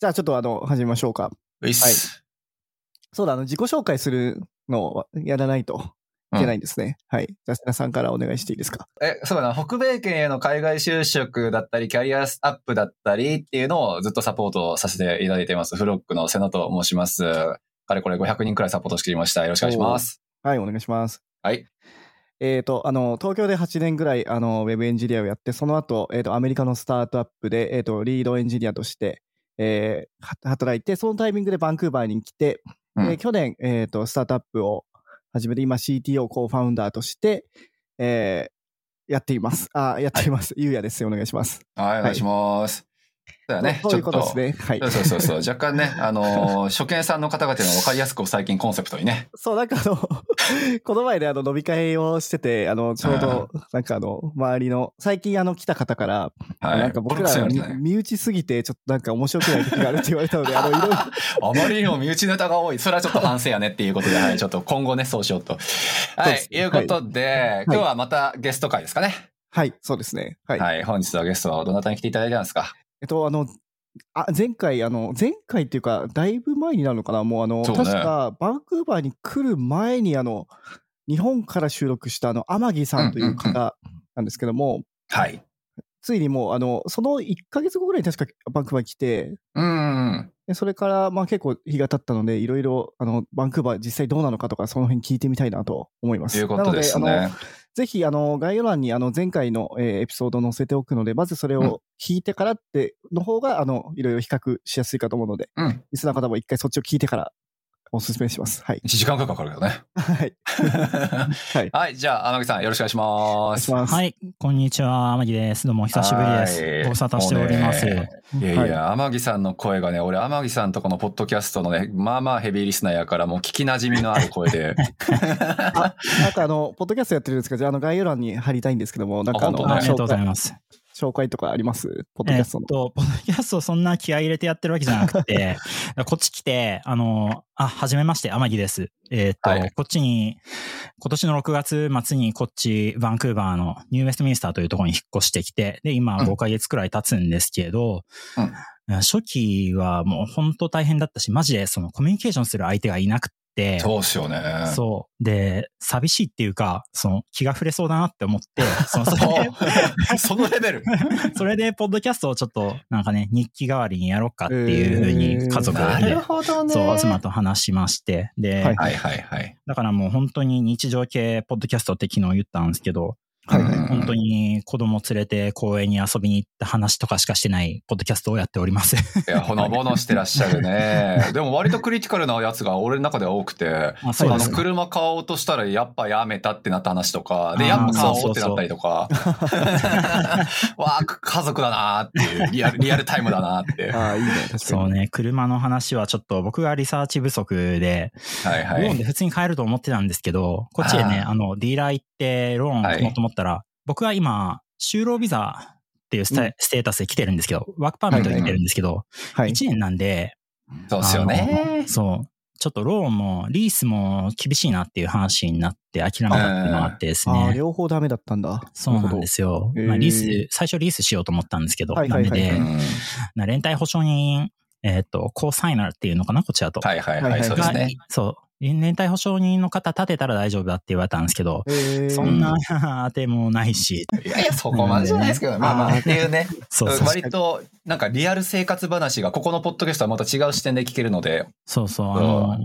じゃあちょっと始めましょうか。 ういっす。 そうだ、自己紹介するのをやらないといけないんですね。はい。じゃあ、瀬名さんからお願いしていいですか。 そうだな。北米圏への海外就職だったり、キャリアアップだったりっていうのをずっとサポートさせていただいています。フロックの瀬野と申します。かれこれ500人くらいサポートしてきました。よろしくお願いします。 はい、お願いします。 はい。 東京で8年ぐらい、ウェブエンジニアをやって、その後、アメリカのスタートアップで、リードエンジニアとして、働いて、そのタイミングでバンクーバーに来て、去年、スタートアップを始めて、今 CTO コーファウンダーとして、やっています。ゆうやです。お願いします。 はい、お願いします。そうだね。 そういうことですね。はい。 そう。若干ね、初見さんの方々の分かりやすく最近コンセプトにね。 そう、なんかこの前で飲み会をしてて、ちょうど、なんか周りの、最近来た方から、 はい、 なんか僕ら身内すぎて、ちょっとなんか面白くない時があるって言われたので、いろいろ。 あまりにも身内ネタが多い。それはちょっと反省やねっていうことで、はい、ちょっと今後ね、そうしようと。はい、いうことで、今日はまたゲスト会ですかね。 はい、そうですね。はい。 はい、本日はゲストはどなたに来ていただいたんですか？ 前回っていうか、だいぶ前になるのかな、もう確か、バンクーバーに来る前に日本から収録した天城さんという方なんですけども、 はい。 ついにもう、その1ヶ月後ぐらいに確かバンクーバーに来て、でそれから、結構日が経ったので、いろいろ、バンクーバー実際どうなのかとか、その辺聞いてみたいなと思います。 ということですね。 なので、ぜひ、概要欄に、前回の、エピソードを載せておくので、まずそれを聞いてからっての方が、いろいろ比較しやすいかと思うので、リスナーの方も一回そっちを聞いてからお勧めします。はい。 1時間かかるけどね。 はい。 はい。はい。じゃあ、天城さん、よろしくお願いします。 はい。こんにちは。天城です。どうも、久しぶりです。ご無沙汰しております。 いや、天城さんの声がね、俺、天城さんとこのポッドキャストのね、まあまあヘビーリスナーやから、もう聞き馴染みのある声で。 なんかポッドキャストやってるんですか？じゃあ、概要欄に貼りたいんですけども、なんかありがとうございます。 紹介とかあります？ポッドキャストの。 ポッドキャストそんな気合い入れてやってるわけじゃなくて、こっち来て、はじめまして、天城です。こっちに、今年の6月末にこっち、バンクーバーのニューウェストミンスターというところに引っ越してきて、で、今5ヶ月くらい経つんですけど、初期はもう本当大変だったし、マジでそのコミュニケーションする相手がいなくて、 そうっすよね。 そう。で、寂しいっていうか、気が触れそうだなって思って、そのレベルそれで、ポッドキャストをちょっと、なんかね、日記代わりにやろうかっていうふうに、家族で、そう、妻と話しまして、で、だからもう本当に日常系ポッドキャストって昨日言ったんですけど、本当に子供連れて公園に遊びに行った話とかしかしてないポッドキャストをやっております。 いや、ほのぼのしてらっしゃるね。でも割とクリティカルなやつが俺の中では多くて、車買おうとしたらやっぱやめたってなった話とか、で、やっぱ買おうってなったりとか、わあ、家族だなっていう、リアルタイムだなって。 いいね、確かに。 そうね、車の話はちょっと僕がリサーチ不足で、ローンで普通に買えると思ってたんですけど、こっちでね、ディーラー行ってローン組もうと思ったら、僕は今、就労ビザっていうステータスで来てるんですけど、ワークパーミットで来てるんですけど、1年なんで、 そうですよね。 そう。ちょっとローンもリースも厳しいなっていう話になって諦めたっていうのがあってですね。 両方ダメだったんだ。 そうなんですよ。最初リースしようと思ったんですけど、ダメで、連帯保証人、コーサイナーっていうのかな、こちらと。 そうですね。 そう。連帯保証人の方立てたら大丈夫だって言われたんですけど、そんな当てもないし。 いや、そこまでじゃないですけど、まあっていうね。割と、なんかリアル生活話がここのポッドキャストはまた違う視点で聞けるので。 そうそう。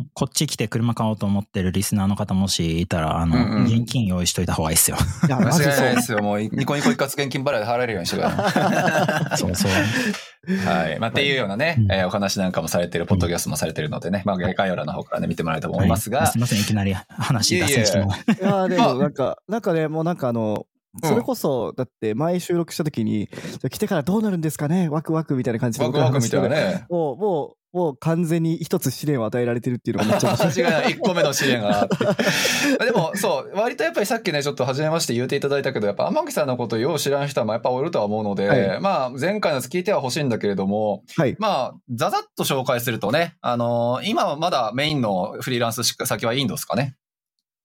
こっち来て車買おうと思ってるリスナーの方もしいたら、現金用意しといた方がいいですよ。 いや、間違いないですよ。もうニコニコ一括現金払いで払えるようにしてください。 そうそう。 はい。まあっていうようなね、お話なんかもされてる、ポッドキャストもされてるのでね、まあ概要欄の方からね、見てもらえたと思いますが。 すみません、いきなり話出せしても。 いや、でもなんかね、もうなんかそれこそ、だって前収録した時に、来てからどうなるんですかね、ワクワクみたいな感じで。 ワクワクみたいなね。 もう完全に一つ試練を与えられてるっていうのがめっちゃ間違いない。1個目の試練があって。でも、そう、割とやっぱりさっきね、ちょっと初めまして言っていただいたけど、やっぱ天城さんのことをよう知らん人はやっぱおるとは思うので、まあ、前回のやつ聞いては欲しいんだけれども、まあ、ざざっと紹介するとね、今はまだメインのフリーランス先はインドですかね。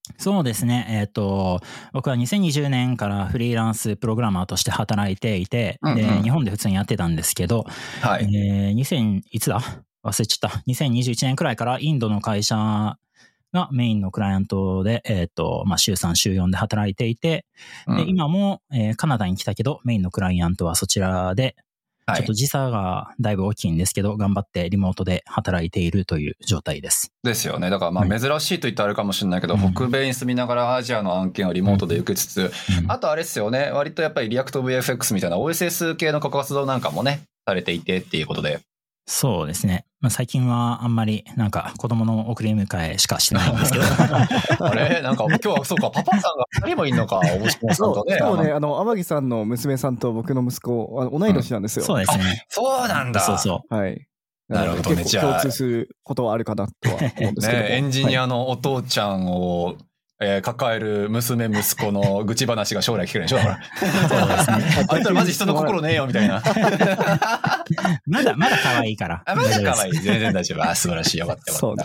そうですね。僕は2020年からフリーランスプログラマーとして働いていて、で、日本で普通にやってたんですけど、 はい。 いつだ忘れちゃった。2021年くらいからインドの会社がメインのクライアントで、週3、週4で働いていて、で、今も、カナダに来たけど、メインのクライアントはそちらで、ちょっと時差がだいぶ大きいんですけど、頑張ってリモートで働いているという状態です。 ですよね。だから珍しいと言ったらあるかもしれないけど、北米に住みながらアジアの案件をリモートで受けつつ、あとあれですよね、割とやっぱりリアクト VFX みたいな OSS 系の活動なんかもね、されていてっていうことで。 そうですね。最近はあんまり子供の送り迎えしかしてないんですけど。 あれ今日はそうか、パパさんが2人もいるのか、大島さんとね。 そうね、天城さんの娘さんと僕の息子、同い年なんですよ。 そうですね。 そうなんだ。 そう。 はい。 なるほどね。 じゃあ。共通することはあるかなとは思うんですけど。 ね、エンジニアのお父ちゃんを、抱える娘息子の愚痴話が将来聞けるでしょだから。そうですね。あいつらマジ人の心ねえよみたいな。 まだ可愛いから。 まだ可愛い。全然大丈夫。素晴らしい。よかったよかった。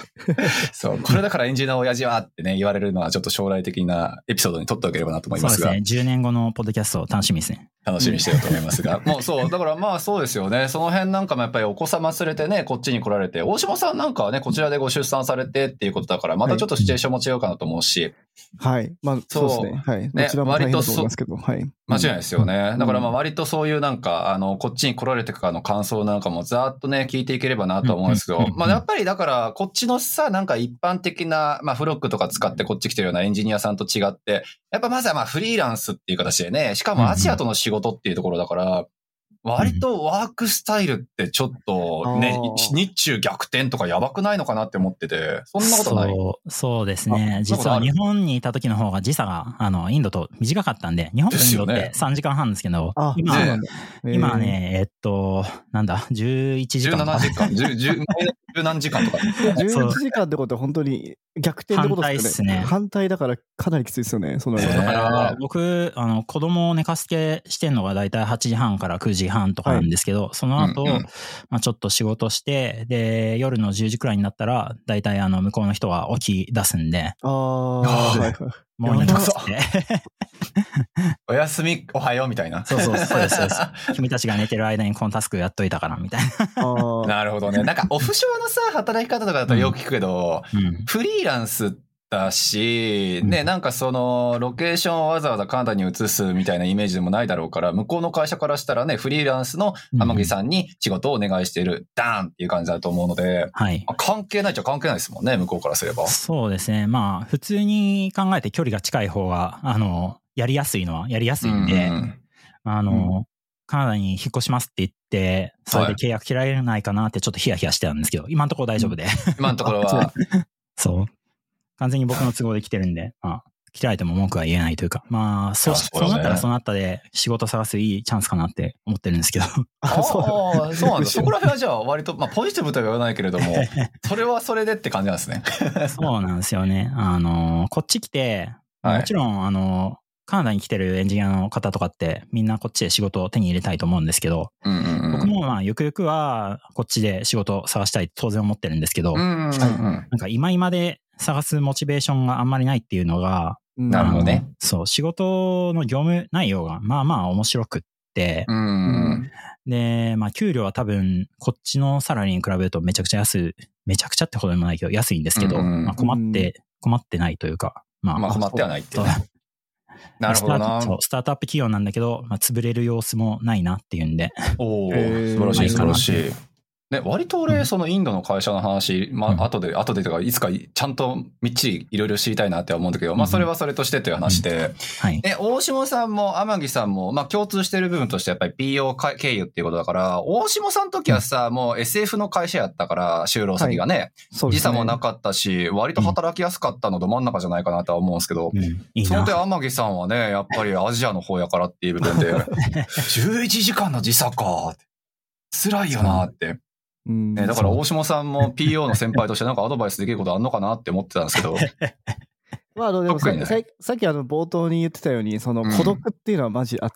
そう。これだからエンジニアの親父はってね、言われるのはちょっと将来的なエピソードに取っておければなと思いますが。 そうですね。10年後のポッドキャスト楽しみですね。 楽しみにしてると思いますが。もうそう。だからそうですよね。その辺なんかもやっぱりお子様連れてね、こっちに来られて、大島さんなんかはね、こちらでご出産されてっていうことだから、またちょっとシチュエーションも違うかなと思うし。 はい。そうですね。はい。どちらも大変だと思いますけど、はい。 間違いないですよね。だから割とそういうこっちに来られてからの感想なんかもざーっとね、聞いていければなと思うんですけど、やっぱりだから、こっちのさ、一般的な、フロックとか使ってこっち来てるようなエンジニアさんと違って、やっぱまずはフリーランスっていう形でね、しかもアジアとの仕事っていうところだから、割とワークスタイルってちょっとね、日中逆転とかやばくないのかなって思ってて、そんなことない？ そうですね。実は日本にいた時の方が時差が、インドと短かったんで、日本とインドって3時間半ですけど、今ね、11時間。 17時間。10何時間とか。 11時間ってことは本当に逆転ってことですね。反対だからかなりきついですよね。だから僕、子供を寝かしつけしてんのがだいたい8時半から9時半とかなんですけど、その後、ちょっと仕事して、で、夜の10時くらいになったら、だいたい向こうの人は起き出すんで、もういいなって。 おやすみ、おはようみたいな。 そうです。君たちが寝てる間にこのタスクやっといたからみたいな。 なるほどね。オフショアのさ、働き方とかだとよく聞くけど、フリーランスだし、ね、その、ロケーションをわざわざカナダに移すみたいなイメージでもないだろうから、向こうの会社からしたらね、フリーランスの天城さんに仕事をお願いしている、ダーンっていう感じだと思うので、 はい。 関係ないっちゃ関係ないですもんね、向こうからすれば。 そうですね。普通に考えて距離が近い方が、やりやすいのはやりやすいんで、カナダに引っ越しますって言って、それで契約切られないかなってちょっとヒヤヒヤしてたんですけど、今のところ大丈夫で。 今のところは。 そう。完全に僕の都合で来てるんで、切られても文句は言えないというか、そうなったらそうなったで仕事探すいいチャンスかなって思ってるんですけど。 そうなんだ。そこら辺はじゃあ割と、ポジティブとは言わないけれども、それはそれでって感じなんですね。 そうなんですよね。こっち来て、もちろん、カナダに来てるエンジニアの方とかってみんなこっちで仕事を手に入れたいと思うんですけど、僕もゆくゆくはこっちで仕事を探したいと当然思ってるんですけど、今で探すモチベーションがあんまりないっていうのが、 なるほどね。 そう、仕事の業務内容が面白くって、で、給料は多分こっちのサラリーに比べるとめちゃくちゃってほどでもないけど安いんですけど、困ってないというか、 困ってはないっていうね。なるほどな。 スタートアップ企業なんだけど、潰れる様子もないなっていうんで。 素晴らしい、素晴らしい。ね、割と俺、そのインドの会社の話、後でとか、いつかちゃんとみっちりいろいろ知りたいなって思うんだけど、それはそれとしてという話で、大下さんも天城さんも、共通してる部分としてやっぱり PO 経由っていうことだから、大下さんの時はさ、もう SF の会社やったから、就労先がね、時差もなかったし、割と働きやすかったのど真ん中じゃないかなとは思うんですけど、その点天城さんはね、やっぱりアジアの方やからっていう部分で、11時間の時差か、辛いよなって。だから大下さんも PO の先輩としてアドバイスできることあんのかなって思ってたんですけど。 まあ、でもさっき冒頭に言ってたように、その孤独っていうのはマジあって、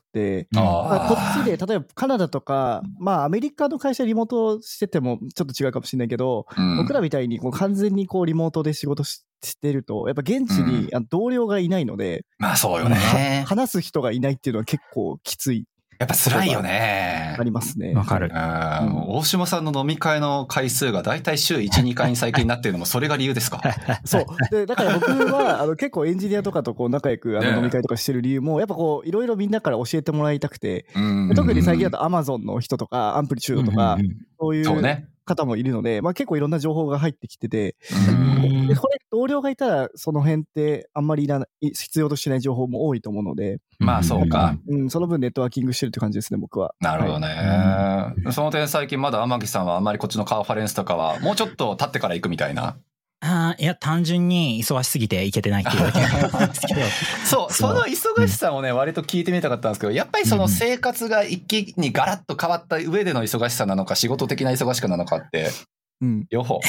まあ、こっちで、例えばカナダとか、まあ、アメリカの会社リモートしててもちょっと違うかもしれないけど、僕らみたいにこう完全にこうリモートで仕事してると、やっぱ現地に同僚がいないので、 まあそうよね。 話す人がいないっていうのは結構きつい。 やっぱ辛いよね。 ありますね。 わかる。 大島さんの飲み会の回数がだいたい週1、2回に最近なってるのもそれが理由ですか？ そう。で、だから僕は結構エンジニアとかとこう仲良く飲み会とかしてる理由も、やっぱこういろいろみんなから教えてもらいたくて、特に最近だと Amazon の人とかアンプリチュードとか、そういう方もいるので、まあ結構いろんな情報が入ってきてて、でこれ同僚がいたらその辺ってあんまり必要としない情報も多いと思うので、 まあそうか。 その分ネットワーキングしてるって感じですね、僕は。 なるほどね。その点最近まだ天城さんはあんまりこっちのカンファレンスとかはもうちょっと経ってから行くみたいな。 いや、単純に忙しすぎて行けてないっていうだけなんですけど。 そう、その忙しさをね、割と聞いてみたかったんですけど、やっぱりその生活が一気にガラッと変わった上での忙しさなのか、仕事的な忙しさなのかって、両方。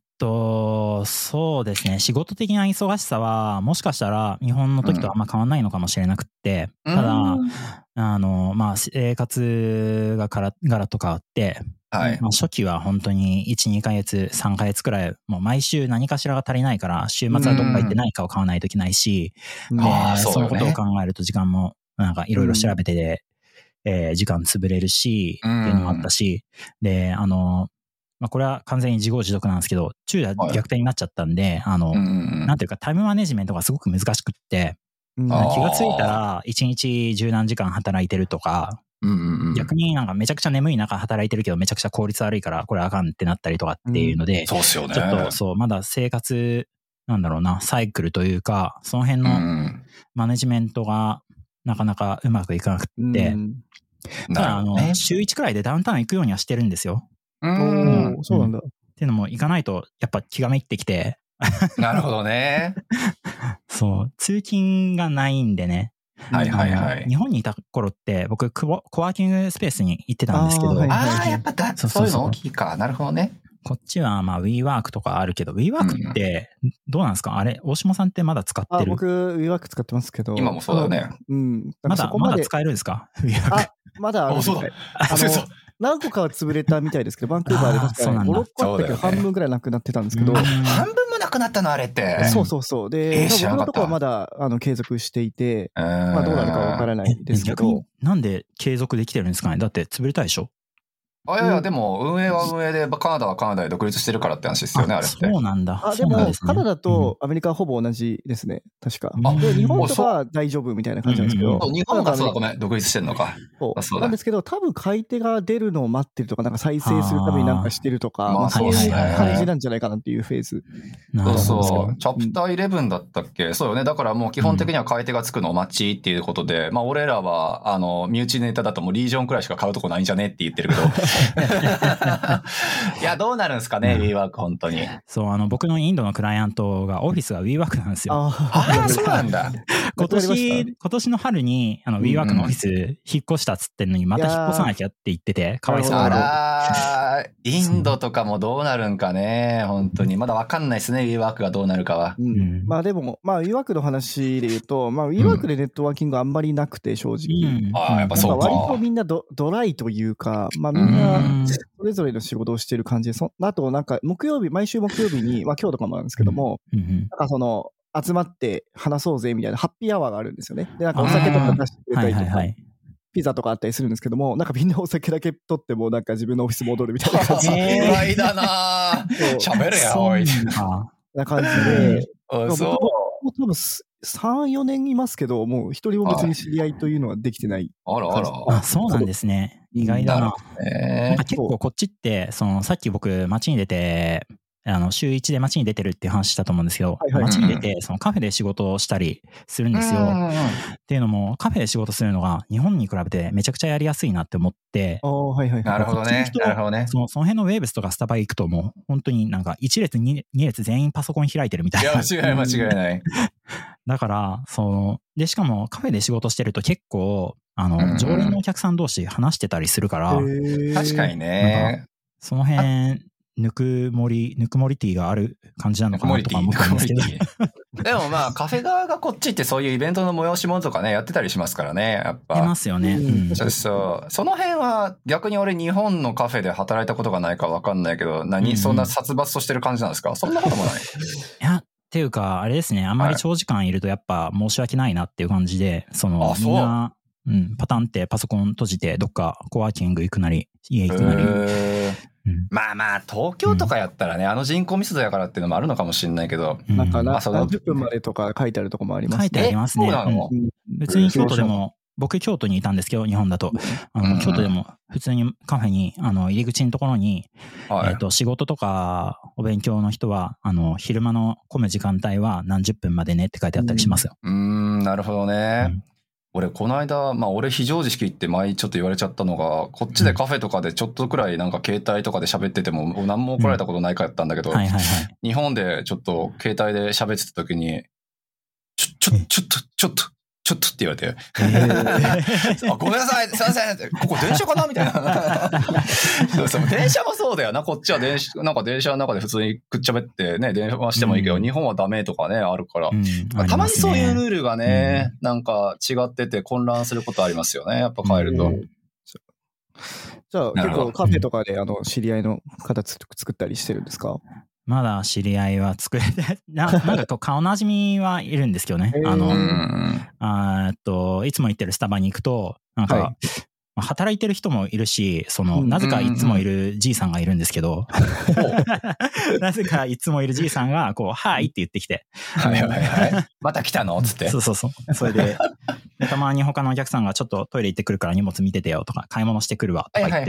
そうですね。仕事的な忙しさは、もしかしたら日本の時とあんま変わんないのかもしれなくって、ただ、まあ、生活がガラッと変わって、まあ、初期は本当に1、2ヶ月、3ヶ月くらい、もう毎週何かしらが足りないから、週末はどっか行って何かを買わないといけないし、そのことを考えると時間もなんかいろいろ調べてで、時間潰れるし、っていうのもあったし、で、まあ、これは完全に自業自得なんですけど、昼夜逆転になっちゃったんで、なんていうかタイムマネジメントがすごく難しくって、気がついたら1日十何時間働いてるとか、逆になんかめちゃくちゃ眠い中働いてるけどめちゃくちゃ効率悪いからこれあかんってなったりとかっていうので、 そうっすよね。 ちょっとそう、まだ生活、なんだろうな、サイクルというか、その辺のマネジメントがなかなかうまくいかなくって、ただ週1くらいでダウンタウン行くようにはしてるんですよ。 そうなんだ。 っていうのも行かないとやっぱ気がめいってきて。 なるほどね。 そう、通勤がないんでね。日本にいた頃って僕コワーキングスペースに行ってたんですけど、 やっぱそういうの大きいか。なるほどね。 こっちはまあ WeWork とかあるけど、WeWork ってどうなんですか？あれ、大島さんってまだ使ってる？ 僕 WeWork 使ってますけど。 今もそうだね。 まだ使えるんですか？ WeWork。 まだそうだ。 何個かは潰れたみたいですけど、バンクーバーで確かに5、6個あったけど、半分くらいなくなってたんですけど。 半分もなくなったのあれって。 そう。で、僕のとこはまだ継続していて、まあどうなるかわからないですけど。 逆になんで継続できてるんですかね？だって潰れたでしょ？ いや、でも、運営は運営で、カナダはカナダで独立してるからって話ですよね、あれって。 そうなんだ。 でも、カナダとアメリカはほぼ同じですね、確か。で、日本とかは大丈夫みたいな感じなんですけど。 日本がそうだ、ごめん、独立してるのか。 そうなんですけど、多分買い手が出るのを待ってるとか、なんか再生するためになんかしてるとか、そういう感じなんじゃないかなっていうフェーズ。 そう。チャプター11だったっけ？そうよね。だからもう基本的には買い手がつくのを待ちっていうことで、まあ俺らは、身内ネタだともうリージョンくらいしか買うとこないんじゃねって言ってるけど。いや、どうなるんですかね、WeWork 本当に。 そう、僕のインドのクライアントがオフィスが WeWork なんですよ。 そうなんだ。 今年の春にWeWork のオフィス引っ越したっつってんのに、また引っ越さなきゃって言ってて、かわいそうだ。 インドとかもどうなるんかね、本当に。まだわかんないですね、WeWork がどうなるかは。 まあでも、まあ WeWork の話で言うと、まあ WeWork でネットワーキングあんまりなくて、正直。 やっぱそうか。 割とみんなドライというか、まあみんな、それぞれの仕事をしてる感じで、あとなんか毎週木曜日に、まあ今日とかもなんですけども、なんか集まって話そうぜみたいなハッピーアワーがあるんで、なんかお酒とか出してくれたりとか、ピザとかあったりするんですけども、なんかみんなお酒だけ取ってもなんか自分のオフィス戻るみたいな感じで。 意外だなぁ。喋れや、おい。 な感じで、僕も多分3、4年いますけど、もう一人も別に知り合いというのはできてない。 そうなんですね。意外だな。なんか結構こっちって、さっき僕街に出て、週1で街に出てるっていう話したと思うんですけど、街に出て、カフェで仕事をしたりするんですよ。っていうのも、カフェで仕事するのが日本に比べてめちゃくちゃやりやすいなって思って、 なるほどね。 その辺のウェーブスとかスタバ行くともう、本当になんか1列2列全員パソコン開いてるみたいな。 いや、間違いない。 だから、で、しかもカフェで仕事してると結構、常連のお客さん同士話してたりするから、 確かにね。 その辺、ぬくもりティがある感じなのかなとか思ったんですけど。 でもまあカフェ側がこっちってそういうイベントの催し物とかねやってたりしますからね、やっぱ。 出ますよね。うん、 そうそう。その辺は逆に俺日本のカフェで働いたことがないから分かんないけど、そんな殺伐としてる感じなんですか？そんなこともない。いや、っていうかあれですね、あんまり長時間いるとやっぱ申し訳ないなっていう感じで、みんな、パタンってパソコン閉じてどっかコワーキング行くなり家行くなり。 まあまあ東京とかやったらね、あの人口密度やからっていうのもあるのかもしれないけど、 なんか何十分までとか書いてあるとこもありますね。 書いてありますね。そうなの？別に京都でも、僕京都にいたんですけど、日本だと京都でも普通にカフェに入り口のところに、仕事とかお勉強の人は昼間の混む時間帯は何十分までねって書いてあったりしますよ。 なるほどね。俺この間、俺非常時式って前ちょっと言われちゃったのが、こっちでカフェとかでちょっとくらいなんか携帯とかで喋ってても何も怒られたことないかやったんだけど、日本でちょっと携帯で喋ってた時にちょっとって言われて、ごめんなさい、すいません、ここ電車かなみたいな。そう電車もそうだよな、こっちは電車の中で普通にくっちゃべってね、電話してもいいけど、日本はダメとかね、あるから、たまにそういうルールがね、なんか違ってて混乱することありますよね、やっぱ帰ると。 じゃあ結構カフェとかで知り合いの方作ったりしてるんですか？ まだ知り合いは作れて、なんか顔なじみはいるんですけどね。いつも行ってるスタバに行くと、なんか、働いてる人もいるし、なぜかいつもいるじいさんがいるんですけど、なぜかいつもいるじいさんが、はいって言ってきて。 また来たのつって。 そう。それで、たまに他のお客さんがちょっとトイレ行ってくるから荷物見ててよとか、買い物してくるわとか言って、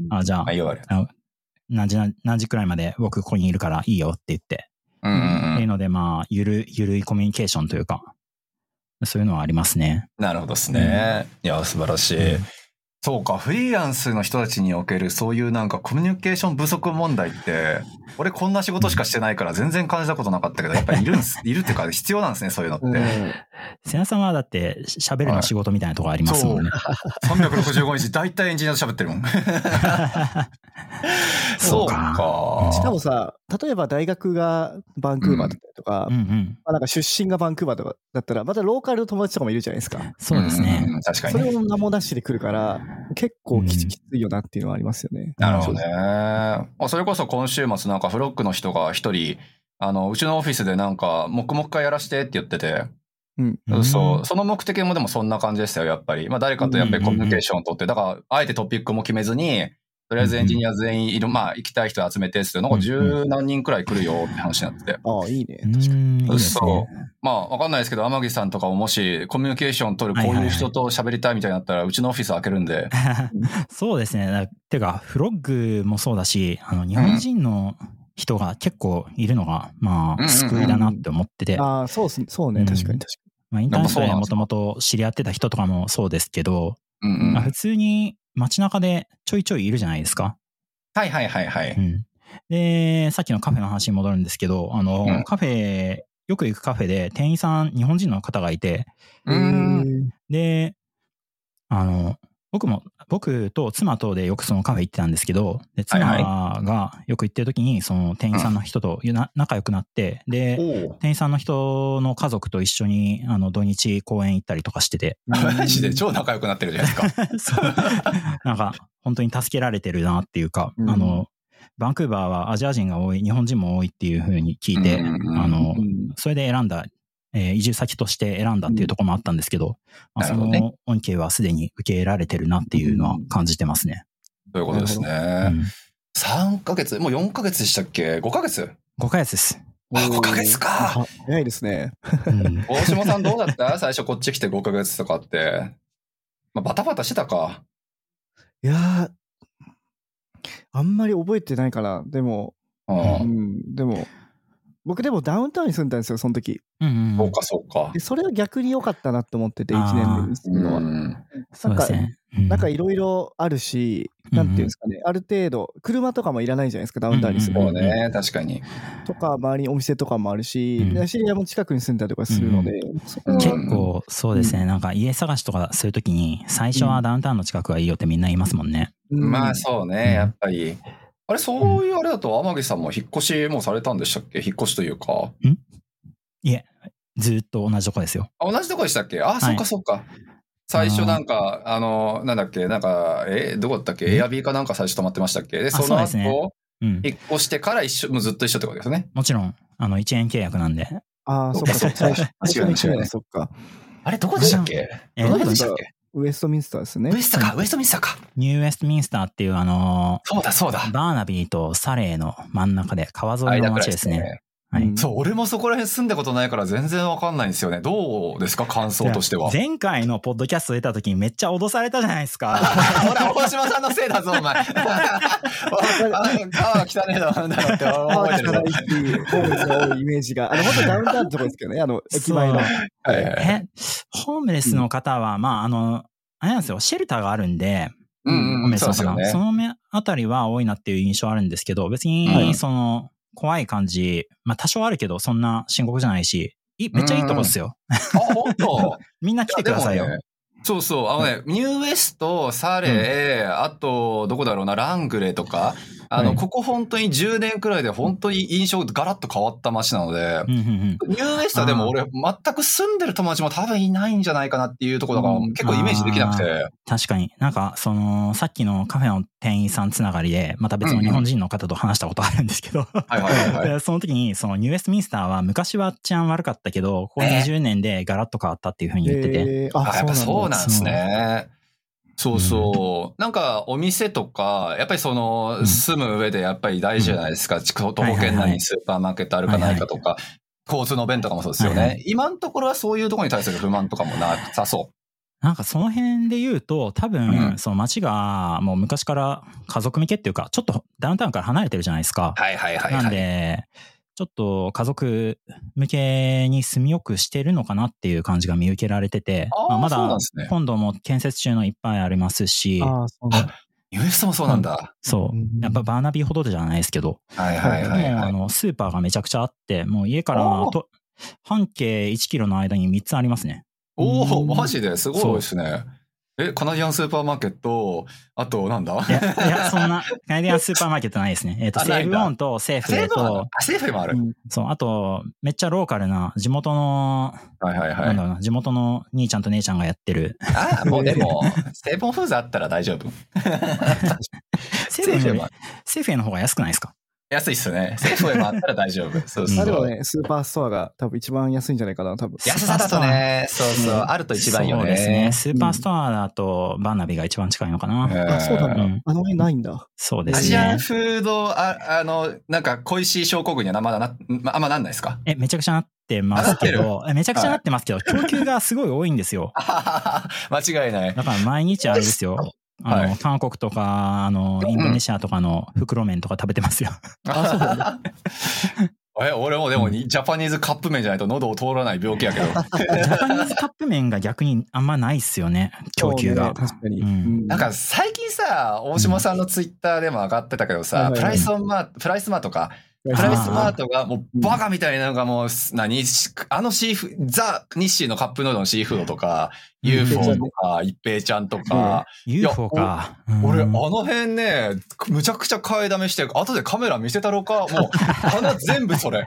じゃあ、何時くらいまで僕ここにいるからいいよって言って。っていうので、ゆるいコミュニケーションというか、そういうのはありますね。 なるほどですね。いや、素晴らしい。そうか、フリーランスの人たちにおけるそういうなんかコミュニケーション不足問題って、俺こんな仕事しかしてないから全然感じたことなかったけど、やっぱりいるっていうか必要なんですね、そういうのって。 瀬谷さんはだって喋るの仕事みたいなところありますもんね。 365日大体エンジニアと喋ってるもん。そうか。 しかもさ、例えば大学がバンクーバーだったりとか、なんか出身がバンクーバーとかだったら、またローカルの友達とかもいるじゃないですか。 そうですね。 確かに。 それを名もなしで来るから、結構きついよなっていうのはありますよね。 なるほどね。それこそ今週末なんかフロックの人が一人、うちのオフィスでなんか、黙々会やらしてって言ってて、その目的もでもそんな感じでしたよ、やっぱり。誰かとやっぱりコミュニケーションを取って、だから、あえてトピックも決めずに、とりあえずエンジニア全員いる、行きたい人集めて、なんか10何人くらい来るよって話になってて。 ああ、いいね。確かに。 そう。わかんないですけど、天城さんとかももしコミュニケーション取る、こういう人と喋りたいみたいになったら、うちのオフィス開けるんで。 そうですね。てか、フロッグもそうだし、日本人の人が結構いるのが、救いだなって思ってて。 ああ、そうね、確かに。 インターネットでもともと知り合ってた人とかもそうですけど、普通に街中でちょいちょいいるじゃないですか。 はい。 で、さっきのカフェの話に戻るんですけど、カフェ、よく行くカフェで店員さん、日本人の方がいて、で、僕と妻とでよくそのカフェ行ってたんですけど、で妻がよく行ってる時にその店員さんの人と仲良くなって、で、店員さんの人の家族と一緒に土日公園行ったりとかしてて。 マジで超仲良くなってるじゃないですか。 なんか本当に助けられてるなっていうか、バンクーバーはアジア人が多い、日本人も多いっていう風に聞いて、それで選んだ、移住先として選んだっていうところもあったんですけど、その恩恵はすでに受け入れられてるなっていうのは感じてますね。 そういうことですね。3ヶ月、もう4ヶ月でしたっけ ?5 ヶ月 ?5 ヶ月です。 5ヶ月か。 早いですね。 大島さんどうだった最初こっち来て5ヶ月とかって。バタバタしてたか。 いやー、あんまり覚えてないかな。でも、僕でもダウンタウンに住んだんですよ、その時。 そうか。 でそれは逆に良かったなって思ってて、1年目に住むのは。なんかいろいろあるし、なんていうんですかね、ある程度、車とかもいらないじゃないですか、ダウンタウンに住む。 そうね、確かに。 とか、周りにお店とかもあるし、知り合いも近くに住んだりとかするので。 結構、そうですね、なんか家探しとかするときに、最初はダウンタウンの近くがいいよってみんな言いますもんね。 そうね、やっぱり。あれ、そういうあれだと、天城さんも引っ越しもされたんでしたっけ？引っ越しというか。 いえ、 ずっと同じとこですよ。 同じとこでしたっけ？そっかそっか。最初なんか、なんだっけ、なんか、どこだったっけ？エアビーかなんか最初泊まってましたっけ？で、その後、引っ越してからもうずっと一緒ってことですね。 もちろん、1円契約なんで。 そっか、そっか。 違うね。 そっか。 あれ、どこでしたっけ？どこでしたっけ？ ウエストミンスターですね。 ウエストミンスターか。 ニューウェストミンスターっていうそうだ。 バーナビーとサレーの真ん中で川沿いの街ですね。はい。 そう、俺もそこら辺住んだことないから全然わかんないんですよね。どうですか、感想としては。 前回のポッドキャスト出た時にめっちゃ脅されたじゃないですか。 ほら、大島さんのせいだぞ、お前。川が汚ねえだろって思えてるぞ。 ホームレスが多いイメージが。本当ダウンタウンのとこですけどね、駅前の。 ホームレスの方は、あれなんですよ、シェルターがあるんで、ホームレスの方、そのあたりは多いなっていう印象あるんですけど、別に、怖い感じ、多少あるけど、そんな深刻じゃないし、めっちゃいいとこっすよ。 本当？ みんな来てくださいよ。 そうそう。ニューウェスト、サレー、あと、どこだろうな、ラングレーとか、ここ本当に10年くらいで本当に印象ガラッと変わった街なので、ニューウェストでも俺全く住んでる友達も多分いないんじゃないかなっていうところが結構イメージできなくて。 確かに。なんか、さっきのカフェの店員さんつながりで、また別の日本人の方と話したことあるんですけど、その時に、ニューウェストミンスターは昔は治安悪かったけど、ここ20年でガラッと変わったっていうふうに言ってて。 やっぱそうなんですね。そうそう。なんかお店とか、やっぱり住む上でやっぱり大事じゃないですか。徒歩圏内にスーパーマーケットあるかないかとか、交通の便とかもそうですよね。今のところはそういうところに対する不満とかもなさそう。 なんかその辺で言うと、多分、街がもう昔から家族向けっていうか、ちょっとダウンタウンから離れてるじゃないですか。なんで、ちょっと家族向けに住みよくしてるのかなっていう感じが見受けられてて、まだ今度も建設中のいっぱいありますし、 ニューウェストもそうなんだ。 そう。やっぱバーナビーほどじゃないですけど、スーパーがめちゃくちゃあって、もう家から半径1キロの間に3つありますね。 マジですごいですね。カナディアンスーパーマーケット、あとなんだ？ いや、そんな、カナディアンスーパーマーケットないですね。セーフオンとセーフレと、 セーフもある。 そう、あと、めっちゃローカルな、地元の、なんだろうな、地元の兄ちゃんと姉ちゃんがやってる。 もうでも、セーブンフーズあったら大丈夫。 セーフェの方が安くないですか？ 安いっすね。セーフウェイもあったら大丈夫。そうそう。 でもね、スーパーストアが多分一番安いんじゃないかな、多分。 安さだとね、そう、あると一番いいよね。 そうですね。スーパーストアだと、バーナビが一番近いのかな。 そうなんだ。あの辺ないんだ。 そうですね。 アジアンフード、なんか恋しい症候群にはあんまなんないですか？ めちゃくちゃなってますけど、めちゃくちゃなってますけど、供給がすごい多いんですよ。 間違いない。 だから毎日あれですよ。韓国とか、インドネシアとかの袋麺とか食べてますよ。 そうなんだ。 俺もでもジャパニーズカップ麺じゃないと喉を通らない病気やけど。ジャパニーズカップ麺が逆にあんまないっすよね、供給が。 確かに。 なんか最近さ、大島さんのツイッターでも上がってたけどさ、プライスマートか。プライスマートがもうバカみたいなのがもう、シーフ、ザ・日清のカップヌードルのシーフードとか、UFO とか、一平ちゃんとか。 UFO か。 俺、辺ね、むちゃくちゃ買いだめして、後でカメラ見せたろか、もう、鼻全部それ。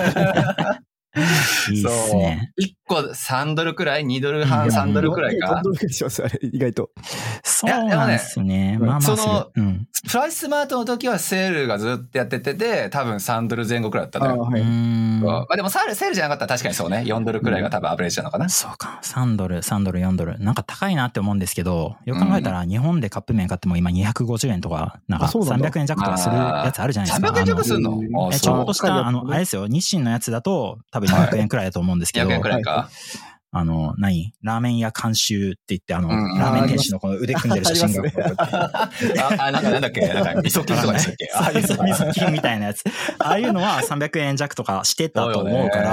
いいっすね。 1個3ドルくらい ?2 ドル半3ドルくらいか。 3ドルくらいします、あれ、意外と。 そうなんですね。まあまあプライスマートの時はセールがずっとやっててで、多分3ドル前後くらいだったのよ。まあでもセールじゃなかったら確かにそうね。4ドルくらいが多分アベレージなのかな。 そうか。3ドル、4ドル。なんか高いなって思うんですけど、よく考えたら日本でカップ麺買っても今250円とか、なんか300円弱とかするやつあるじゃないですか。 300円弱するの？ ちょっとした、あれですよ。日清のやつだと多分200円くらいだと思うんですけど。 200円くらいか。 ラーメン屋監修って言って、ラーメン店主のこの腕組んでる写真が。 なんだっけ味噌菌とかでしたっけ？ 味噌菌みたいなやつ。ああいうのは300円弱とかしてたと思うから。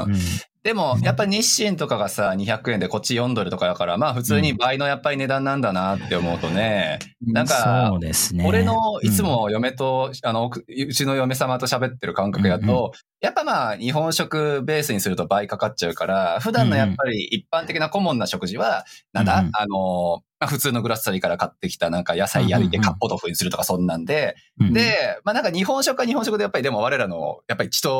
でも、やっぱり日清とかがさ、200円でこっち4ドルとかだから、まあ普通に倍のやっぱり値段なんだなって思うとね。なんか、 そうですね。 俺のいつも嫁と、うちの嫁様と喋ってる感覚やと、やっぱまあ日本食ベースにすると倍かかっちゃうから、普段のやっぱり一般的なコモンな食事は、普通のグラッサリーから買ってきたなんか野菜焼いてカッポ豆腐にするとかそんなんで、で、まあなんか日本食は日本食でやっぱりでも我らのやっぱり血と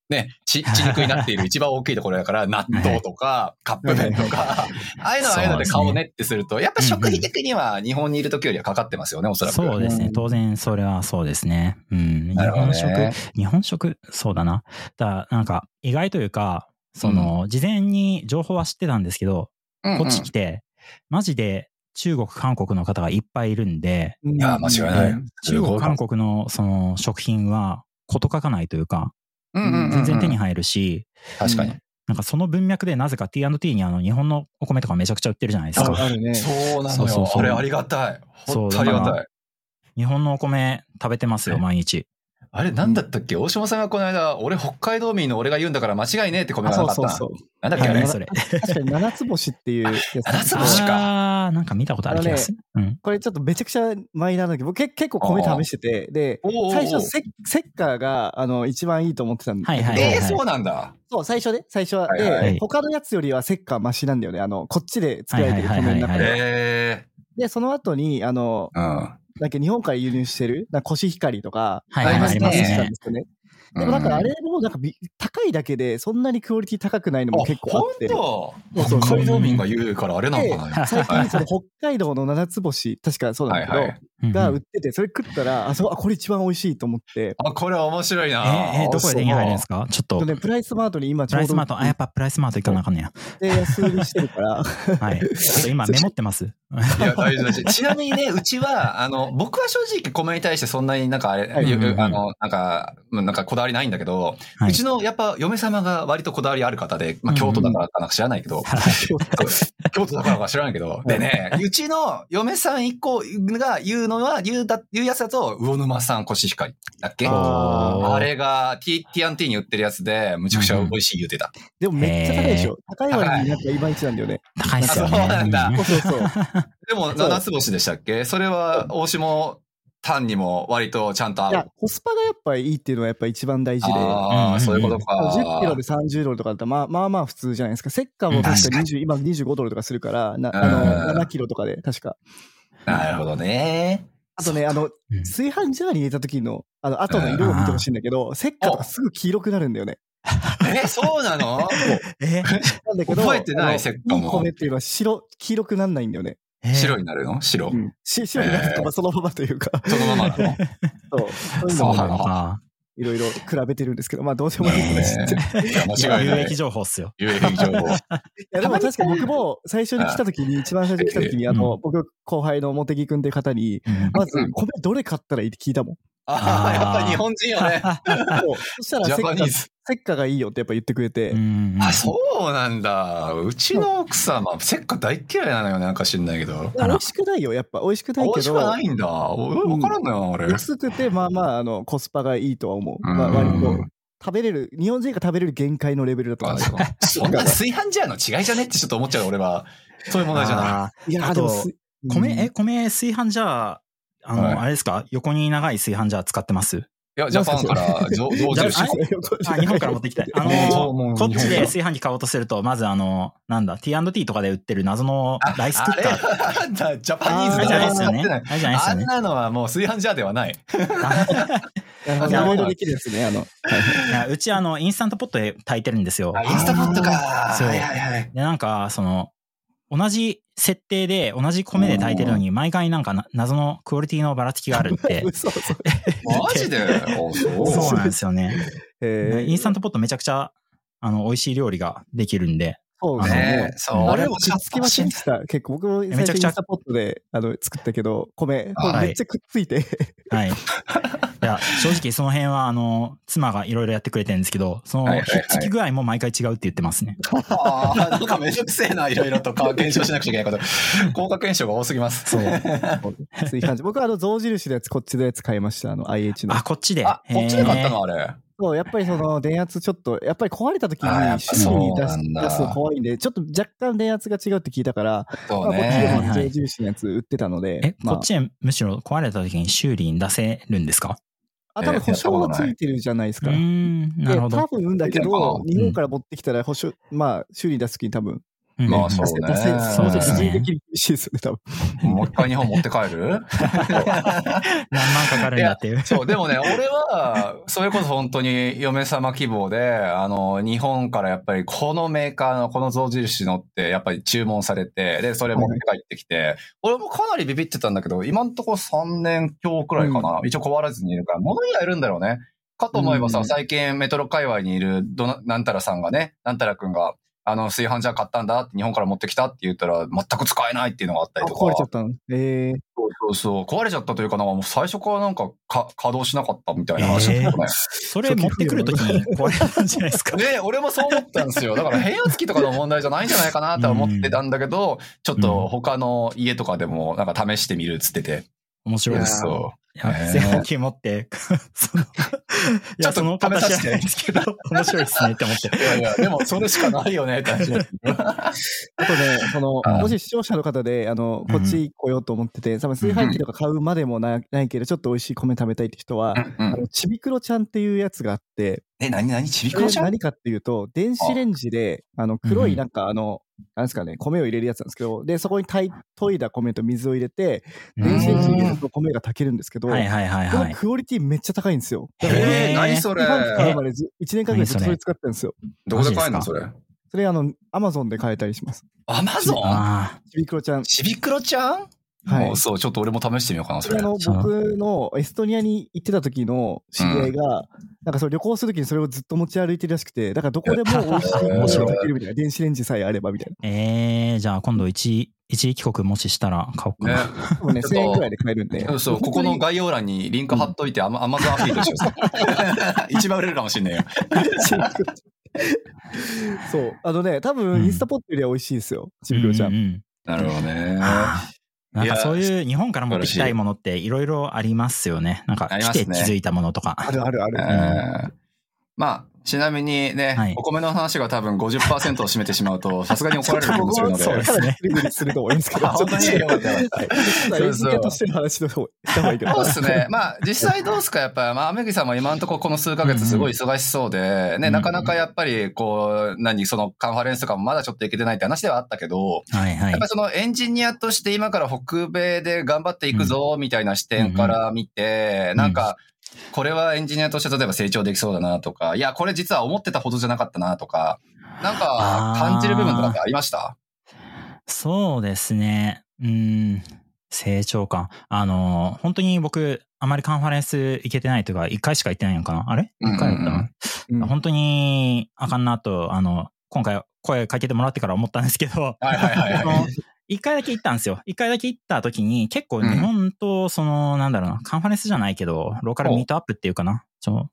ね、血肉になっている一番大きいところだから、納豆とか、カップ麺とか、ああいうのはああいうので買おうねってすると、やっぱ食費的には日本にいる時よりはかかってますよね、おそらく。 そうですね。当然、それはそうですね。うん。日本食、そうだな。なんか、意外というか、事前に情報は知ってたんですけど、こっち来て、マジで中国、韓国の方がいっぱいいるんで、 いや、間違いない。 中国、韓国の食品は事欠かないというか、全然手に入るし、 確かに。 なんかその文脈でなぜか T&T に日本のお米とかめちゃくちゃ売ってるじゃないですか。 あるね。 そうなのよ。あれありがたい。本当ありがたい。 日本のお米食べてますよ、毎日。 あれなんだったっけ、大島さんがこの間、俺北海道民の俺が言うんだから間違いねえって米がなかった。そう。なんだっけあれそれ。 確かに七つ星っていうやつ。 七つ星か。 なんか見たことある気がする。 これちょっとめちゃくちゃマイナーなんだけど、僕結構米試してて、で、最初セッカーが一番いいと思ってたんだけど。 そうなんだ。 そう、最初は。で、他のやつよりはセッカーマシなんだよね。こっちで作られてる米の中で。で、その後に、なんか日本から輸入してる、コシヒカリとか、 ありますね。 でもなんかあれもなんか高いだけでそんなにクオリティ高くないのも結構あって。 北海道民が言うからあれなのかな。 最近その北海道の七つ星、確かそうなんだけど、が売ってて、それ食ったら、これ一番美味しいと思って。 これは面白いな。 どこで手に入るんですか？ちょっと。 プライスマートに今ちょうど。 プライスマート、やっぱプライスマート行かなあかんねや。 で、安売りしてるから。 はい。今メモってます。 いや、大丈夫。ちなみにね、うちは、僕は正直米に対してそんなになんかあれ、なんかこだわりないんだけど、うちのやっぱ嫁様が割とこだわりある方で、京都だからかなんか知らないけど、京都だからか知らないけど、でね、うちの嫁さん一個が言うやつだと、魚沼産コシヒカリだっけ？あれが T&T に売ってるやつで、むちゃくちゃ美味しい言うてた。 でもめっちゃ高いでしょ？高い割になんかいまいちなんだよね。 高いっすよね。 そうなんだ。そう。でも、七つ星でしたっけ？それは、大下単にも割とちゃんと合う。いや、 コスパがやっぱりいいっていうのはやっぱ一番大事で。 そういうことか。 10キロで30ドルとかだったら、まあ普通じゃないですか。セッカーも確か今25ドルとかするから、7キロとかで、確か。 なるほどね。 あとね、炊飯ジャーに入れた時の、後の色を見てほしいんだけど、セッカーとかすぐ黄色くなるんだよね。 そうなの？ なんだけど、 覚えてない、セッカーも。 いい米っていうのは黄色くなんないんだよね。 白になるの？白。 白になるとそのままというか。 そのままなの？ そうなのか。いろいろ比べてるんですけど、まあどうでもいい話って。 間違いない。 有益情報っすよ。 有益情報。いやでも確かに僕も最初に来た時に、一番最初に来た時に、僕後輩の茂木くんっていう方に、まず米どれ買ったらいいって聞いたもん。 やっぱり日本人よね。 そしたらセッカがいいよってやっぱ言ってくれて。 そうなんだ。うちの奥様、セッカ大嫌いなのよね。なんか知んないけど。 美味しくないよ。やっぱ美味しくないけど。 美味しくないんだ。わからんのよ、俺。 安くて、まあコスパがいいとは思う。割と。食べれる、日本人が食べれる限界のレベルだと思う。 そんな炊飯ジャーの違いじゃねってちょっと思っちゃう、俺は。そういう問題じゃない。 いや、でも、米炊飯ジャー、あれですか？横に長い炊飯ジャー使ってます？ いや、ジャパンから象印。 日本から持ってきたい。こっちで炊飯器買おうとすると、まずなんだ、T&T とかで売ってる謎のライスクッカー。 ジャパニーズじゃないですよね。 あんなのはもう炊飯ジャーではない。 いろいろできるですね。 うちインスタントポットで炊いてるんですよ。 インスタポットか。 そう。で、なんか、同じ設定で同じ米で炊いてるのに毎回なんか謎のクオリティのばらつきがあるって。 マジで？ そうなんですよね。インスタントポットめちゃくちゃ美味しい料理ができるんで。 そうですね。 あれもくっつきませんでした。結構僕も最初インスタポットで作ったけど、米めっちゃくっついて。 はい。いや、正直その辺は妻がいろいろやってくれてるんですけど、そのひっつき具合も毎回違うって言ってますね。 なんかめんどくせえな、いろいろと検証しなくちゃいけないこと。効果検証が多すぎます。 そう。僕は象印のやつ、こっちのやつ買いました。IH の。 こっちで。 こっちで買ったのあれ。 そう、やっぱり電圧ちょっと、やっぱり壊れた時に修理に出すの怖いんで、ちょっと若干電圧が違うって聞いたから、こっちでも象印のやつ売ってたので。 こっちでむしろ壊れた時に修理に出せるんですか？ 多分保証がついてるじゃないですか。 なるほど。 多分だけど、日本から持ってきたら修理出す時に多分、 まあそうね。 そうですね。 的に厳しいですよね、多分。 もう一回日本持って帰る何万かかるんだっていう。 そう、でもね、俺は、それこそ本当に嫁様希望で、日本からやっぱりこのメーカーのこの象印のってやっぱり注文されて、で、それ持って帰ってきて、俺もかなりビビってたんだけど、今んとこ3年強くらいかな。一応壊らずにいるから、物にはいるんだろうね。かと思えばさ、最近メトロ界隈にいるなんたらさんがね、なんたらくんが、炊飯ジャー買ったんだって日本から持ってきたって言ったら全く使えないっていうのがあったりとか。 壊れちゃったの？ そう。壊れちゃったというかもう最初からなんか稼働しなかったみたいな話だったね。 それ持ってくるときに壊れたんじゃないですか。 ね、俺もそう思ったんですよ。だから変圧器とかの問題じゃないんじゃないかなとは思ってたんだけど、ちょっと他の家とかでもなんか試してみるっつってて。 面白いです。 そう。 製法機持って、 ちょっとその形じゃないですけど、面白いですねって思って。 いや、でもそれしかないよねって話。あとね、もし視聴者の方で、こっち来ようと思ってて、多分炊飯器とか買うまでもないけど、ちょっと美味しい米食べたいって人は、ちびくろちゃんっていうやつがあって、 何ちびくろちゃん？ 何かっていうと、電子レンジで、黒いなんかなんですかね、米を入れるやつなんですけど、で、そこに研いだ米と水を入れて、電子レンジに入れると米が炊けるんですけど、このクオリティめっちゃ高いんですよ。 何それ炊飯器買うまで1年間ぐらいずっとそれ使ってるんですよ。 どこで買えるのそれ？ それAmazon で買えたりします。 Amazon？ ちびくろちゃん。 ちびくろちゃん？はい。そう、ちょっと俺も試してみようかな、それ。 僕のエストニアに行ってた時の知り合いが、なんかそれ旅行する時にそれをずっと持ち歩いてるらしくて、だからどこでも美味しいものが炊けるみたいな、電子レンジさえあればみたいな。じゃあ今度一時帰国もししたら買おうかな。 もうね、1000円ぐらいで買えるんで。 そう、ここの概要欄にリンク貼っといて、Amazon アフィリエイトしよう。一番売れるかもしんないよ。 そう。多分インスタポットよりは美味しいですよ、ちびくろちゃん。 なるほどね。 なんかそういう日本から持ってきたいものっていろいろありますよね。なんか来て気づいたものとか。 ある。 まあ、ちなみにね、お米の話が多分 50% を占めてしまうと、さすがに怒られる気もするので。 そうですね。すると思いますけど。 本当によかった。 そうとしての話の方した方がいいけど。 そうですね。まあ、実際どうですかやっぱ、雨木さんも今のところこの数ヶ月すごい忙しそうで、ね、なかなかやっぱり、そのカンファレンスとかもまだちょっと行けてないって話ではあったけど、やっぱそのエンジニアとして今から北米で頑張っていくぞ、みたいな視点から見て、なんか、これはエンジニアとして例えば成長できそうだなとか、いや、これ実は思ってたほどじゃなかったなとか、なんか感じる部分とかってありました？ そうですね。成長感。本当に僕、あまりカンファレンス行けてないというか、1回しか行ってないのかな？あれ ?1 回だったな。本当にあかんなと、今回声かけてもらってから思ったんですけど、一回だけ行ったんですよ。一回だけ行った時に結構日本となんだろうな、カンファレンスじゃないけど、ローカルミートアップっていうかな。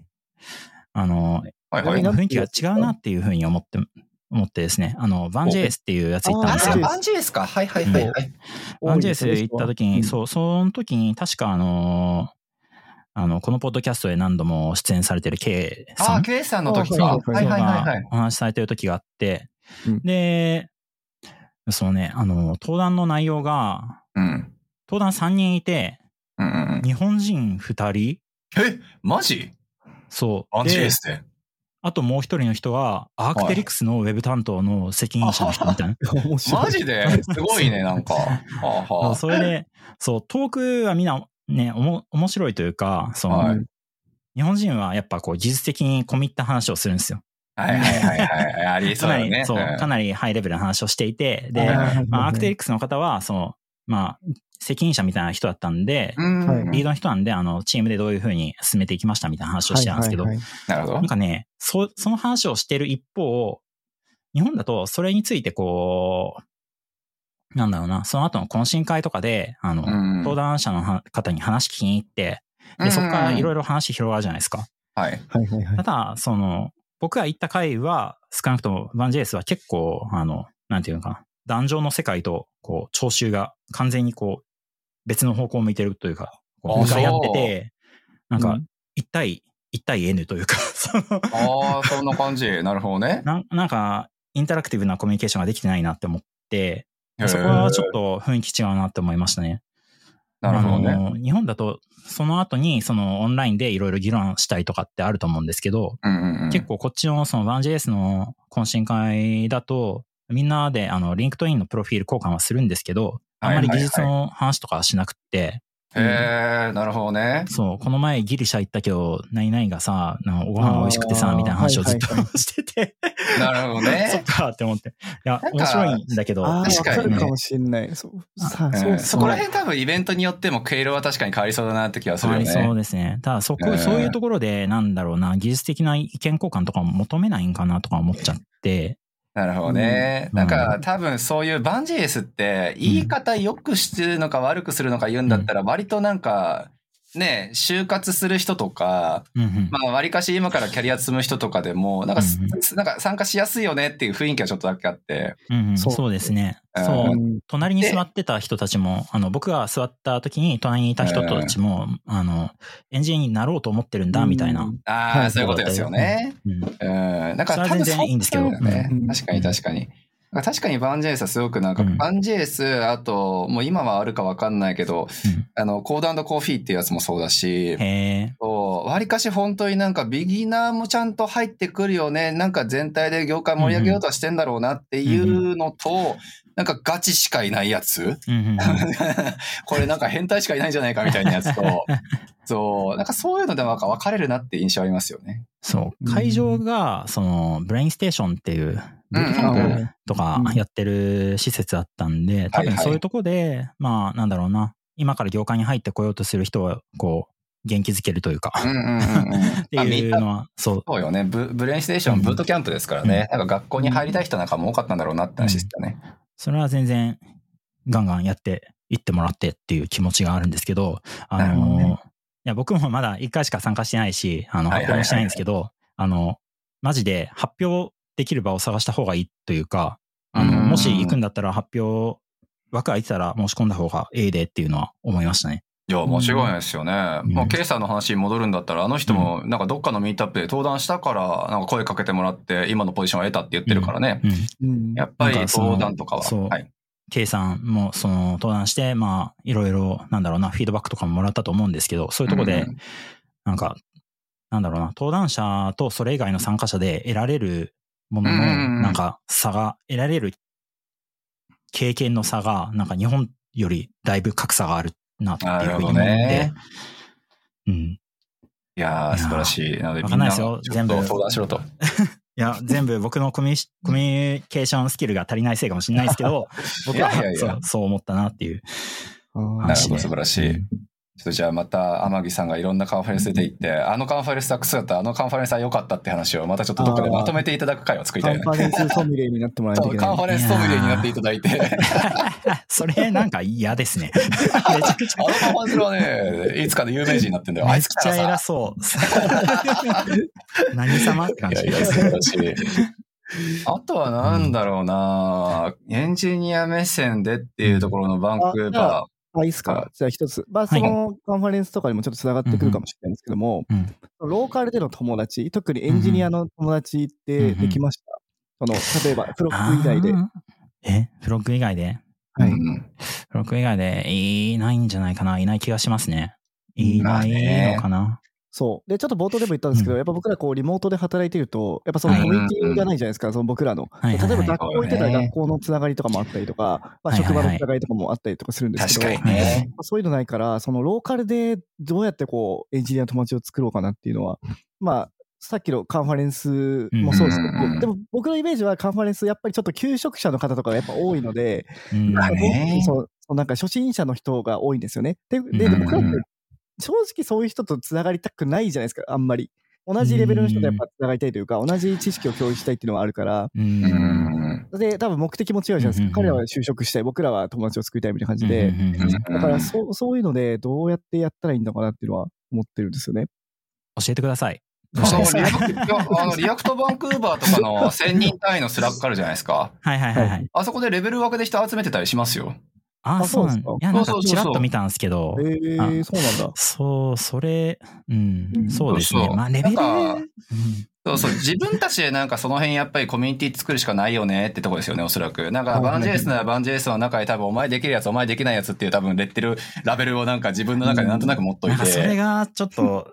雰囲気が違うなっていうふうに思ってですね、Vun.js っていうやつ行ったんですよ。 Vun.js か。はい。 Vun.js 行った時に、その時に確かこのポッドキャストで何度も出演されてる K さん。 K さんの時か。 お話しされてる時があって、で、登壇の内容が、登壇3人いて、日本人2人。 マジ？ そう。 Vun.js で。 あともう一人の人は、アークテリクスのウェブ担当の責任者の人みたいな。 マジですごいね、なんか。 それで、トークはみんなね、面白いというか、日本人はやっぱ技術的に込み入った話をするんですよ。 ありそうだね。 かなりハイレベルな話をしていて、で、アークテリクスの方は、責任者みたいな人だったんで、リードの人なんで、チームでどういうふうに進めていきましたみたいな話をしてたんですけど、なんかね、その話をしてる一方、日本だとそれについてなんだろうな、その後の懇親会とかで、登壇者の方に話聞きに行って、で、そこからいろいろ話広がるじゃないですか。ただ、僕が行った回は、少なくとも Vun.js は結構、なんていうのかな、壇上の世界と、聴衆が完全に別の方向を向いてるというか、向かい合ってて、なんか、1対 N というか、 そんな感じ。なるほどね。 なんか、インタラクティブなコミュニケーションができてないなって思って、そこはちょっと雰囲気違うなって思いましたね。 なるほどね。 日本だと、その後に、オンラインでいろいろ議論したりとかってあると思うんですけど、結構こっちのVun.js の懇親会だと、 みんなでリンクトインのプロフィール交換はするんですけど、あんまり技術の話とかはしなくて、 なるほどね。 そう、この前ギリシャ行ったけど、何々がさ、ご飯美味しくてさ、みたいな話をずっとしてて。 なるほどね。 そっかって思って。いや、面白いんだけど。 確かに。わかるかもしれない。そこら辺多分イベントによっても経路は確かに変わりそうだなって気がするよね。 変わりそうですね。ただそういうところで、なんだろうな、技術的な意見交換とかも求めないんかなとか思っちゃって。 なるほどね。なんか多分そういうバンジェイスって言い方良くするのか悪くするのか言うんだったら割となんかね、就活する人とか、まあ割かし今からキャリア積む人とかでもなんか参加しやすいよねっていう雰囲気はちょっとだけあって。 そうですね。そう。隣に座ってた人たちも、僕が座った時に隣にいた人たちも、エンジニアになろうと思ってるんだみたいな。 ああ、そういうことですよね。なんか多分全然いいんですけど。 確かに確かに。確かにバンジェイスはすごくなんか、バンジェイス、あと、もう今はあるかわかんないけど、コード&コーヒーっていうやつもそうだし、割かし本当になんかビギナーもちゃんと入ってくるよね。なんか全体で業界盛り上げようとはしてんだろうなっていうのと、なんかガチしかいないやつこれなんか変態しかいないんじゃないかみたいなやつと、そう、なんかそういうので分かれるなって印象ありますよね。 そう、会場が、ブレインステーションっていう、ブートキャンプとかやってる施設だったんで、多分そういうとこで、まあなんだろうな、今から業界に入ってこようとする人は、こう、元気づけるというか、っていうのは、 そうよね。ブレインステーション、ブートキャンプですからね。なんか学校に入りたい人なんかも多かったんだろうなって話ですよね。 それは全然、ガンガンやっていってもらってっていう気持ちがあるんですけど、いや、僕もまだ1回しか参加してないし、発表もしてないんですけど、マジで発表できる場を探した方がいいというか、もし行くんだったら発表枠空いてたら申し込んだ方がええでっていうのは思いましたね。 いや、間違いないですよね。もう、ケイさんの話に戻るんだったら、あの人も、なんかどっかのミートアップで登壇したから、なんか声かけてもらって、今のポジションを得たって言ってるからね。やっぱり登壇とかは。 はい。ケイさんも登壇して、まあ、いろいろ、なんだろうな、フィードバックとかももらったと思うんですけど、そういうところで、なんか、なんだろうな、登壇者とそれ以外の参加者で得られるものの、なんか差が、得られる経験の差が、なんか日本よりだいぶ格差があるなっていうふうに思って。 いやー、素晴らしい。なので、 わかんないですよ、全部。 登壇しろと。 いや、全部僕のコミュニケーションスキルが足りないせいかもしれないですけど、僕はそう思ったなっていう話で。 なるほど、素晴らしい。ちょっとじゃあまた天城さんがいろんなカンファレンスで行って、あのカンファレンスはクソだった、あのカンファレンスは良かったって話をまたちょっとどっかでまとめていただく回を作りたいね。 カンファレンスソムリエになってもらえないといけない。 カンファレンスソムリエになっていただいて。 それなんか嫌ですね。 めちゃくちゃ。あのカンファレンスはね、いつかの有名人になってんだよ。 めちゃくちゃ偉そう。何様って感じ。 いや、素晴らしい。あとはなんだろうな、エンジニア目線でっていうところのバンクーバー。 いいですか。じゃあ一つ。まあ、そのカンファレンスとかにもちょっと繋がってくるかもしれないんですけども、ローカルでの友達、特にエンジニアの友達ってできました？例えば、フロック以外で。 フロック以外で？ はい。 フロック以外でいないんじゃないかな。いない気がしますね。いないのかな。 そう。で、ちょっと冒頭でも言ったんですけど、やっぱ僕らこうリモートで働いてると、やっぱそのコミュニティがないじゃないですか、その僕らの。例えば学校行ってたら学校のつながりとかもあったりとか、まあ職場のつながりとかもあったりとかするんですけど、そういうのないから、そのローカルでどうやってこうエンジニアの友達を作ろうかなっていうのは、まあ、さっきのカンファレンスもそうですけど、でも僕のイメージはカンファレンスやっぱりちょっと求職者の方とかがやっぱ多いので、そうなんか初心者の人が多いんですよね。で僕らって正直そういう人とつながりたくないじゃないですか、あんまり。同じレベルの人とやっぱつながりたいというか、同じ知識を共有したいっていうのがあるから、で、多分目的も違うじゃないですか。彼らは就職したい、僕らは友達を作りたいみたいな感じで、だからそういうのでどうやってやったらいいのかなっていうのは思ってるんですよね。 教えてください。 リアクトバンクーバーとかの1000人単位のスラックあるじゃないですか。あそこでレベル分けで人集めてたりしますよ。 あ、そうなんだ。いや、なんかチラッと見たんですけど。 そうなんだ。 そう、それ、そうですね。まあ、レベル。 自分たちでなんかその辺やっぱりコミュニティ作るしかないよねってとこですよね、おそらく。なんかバンジェイスならバンジェイスの中で多分お前できるやつ、お前できないやつっていう多分レッテル、ラベルをなんか自分の中でなんとなく持っといて。 それがちょっと、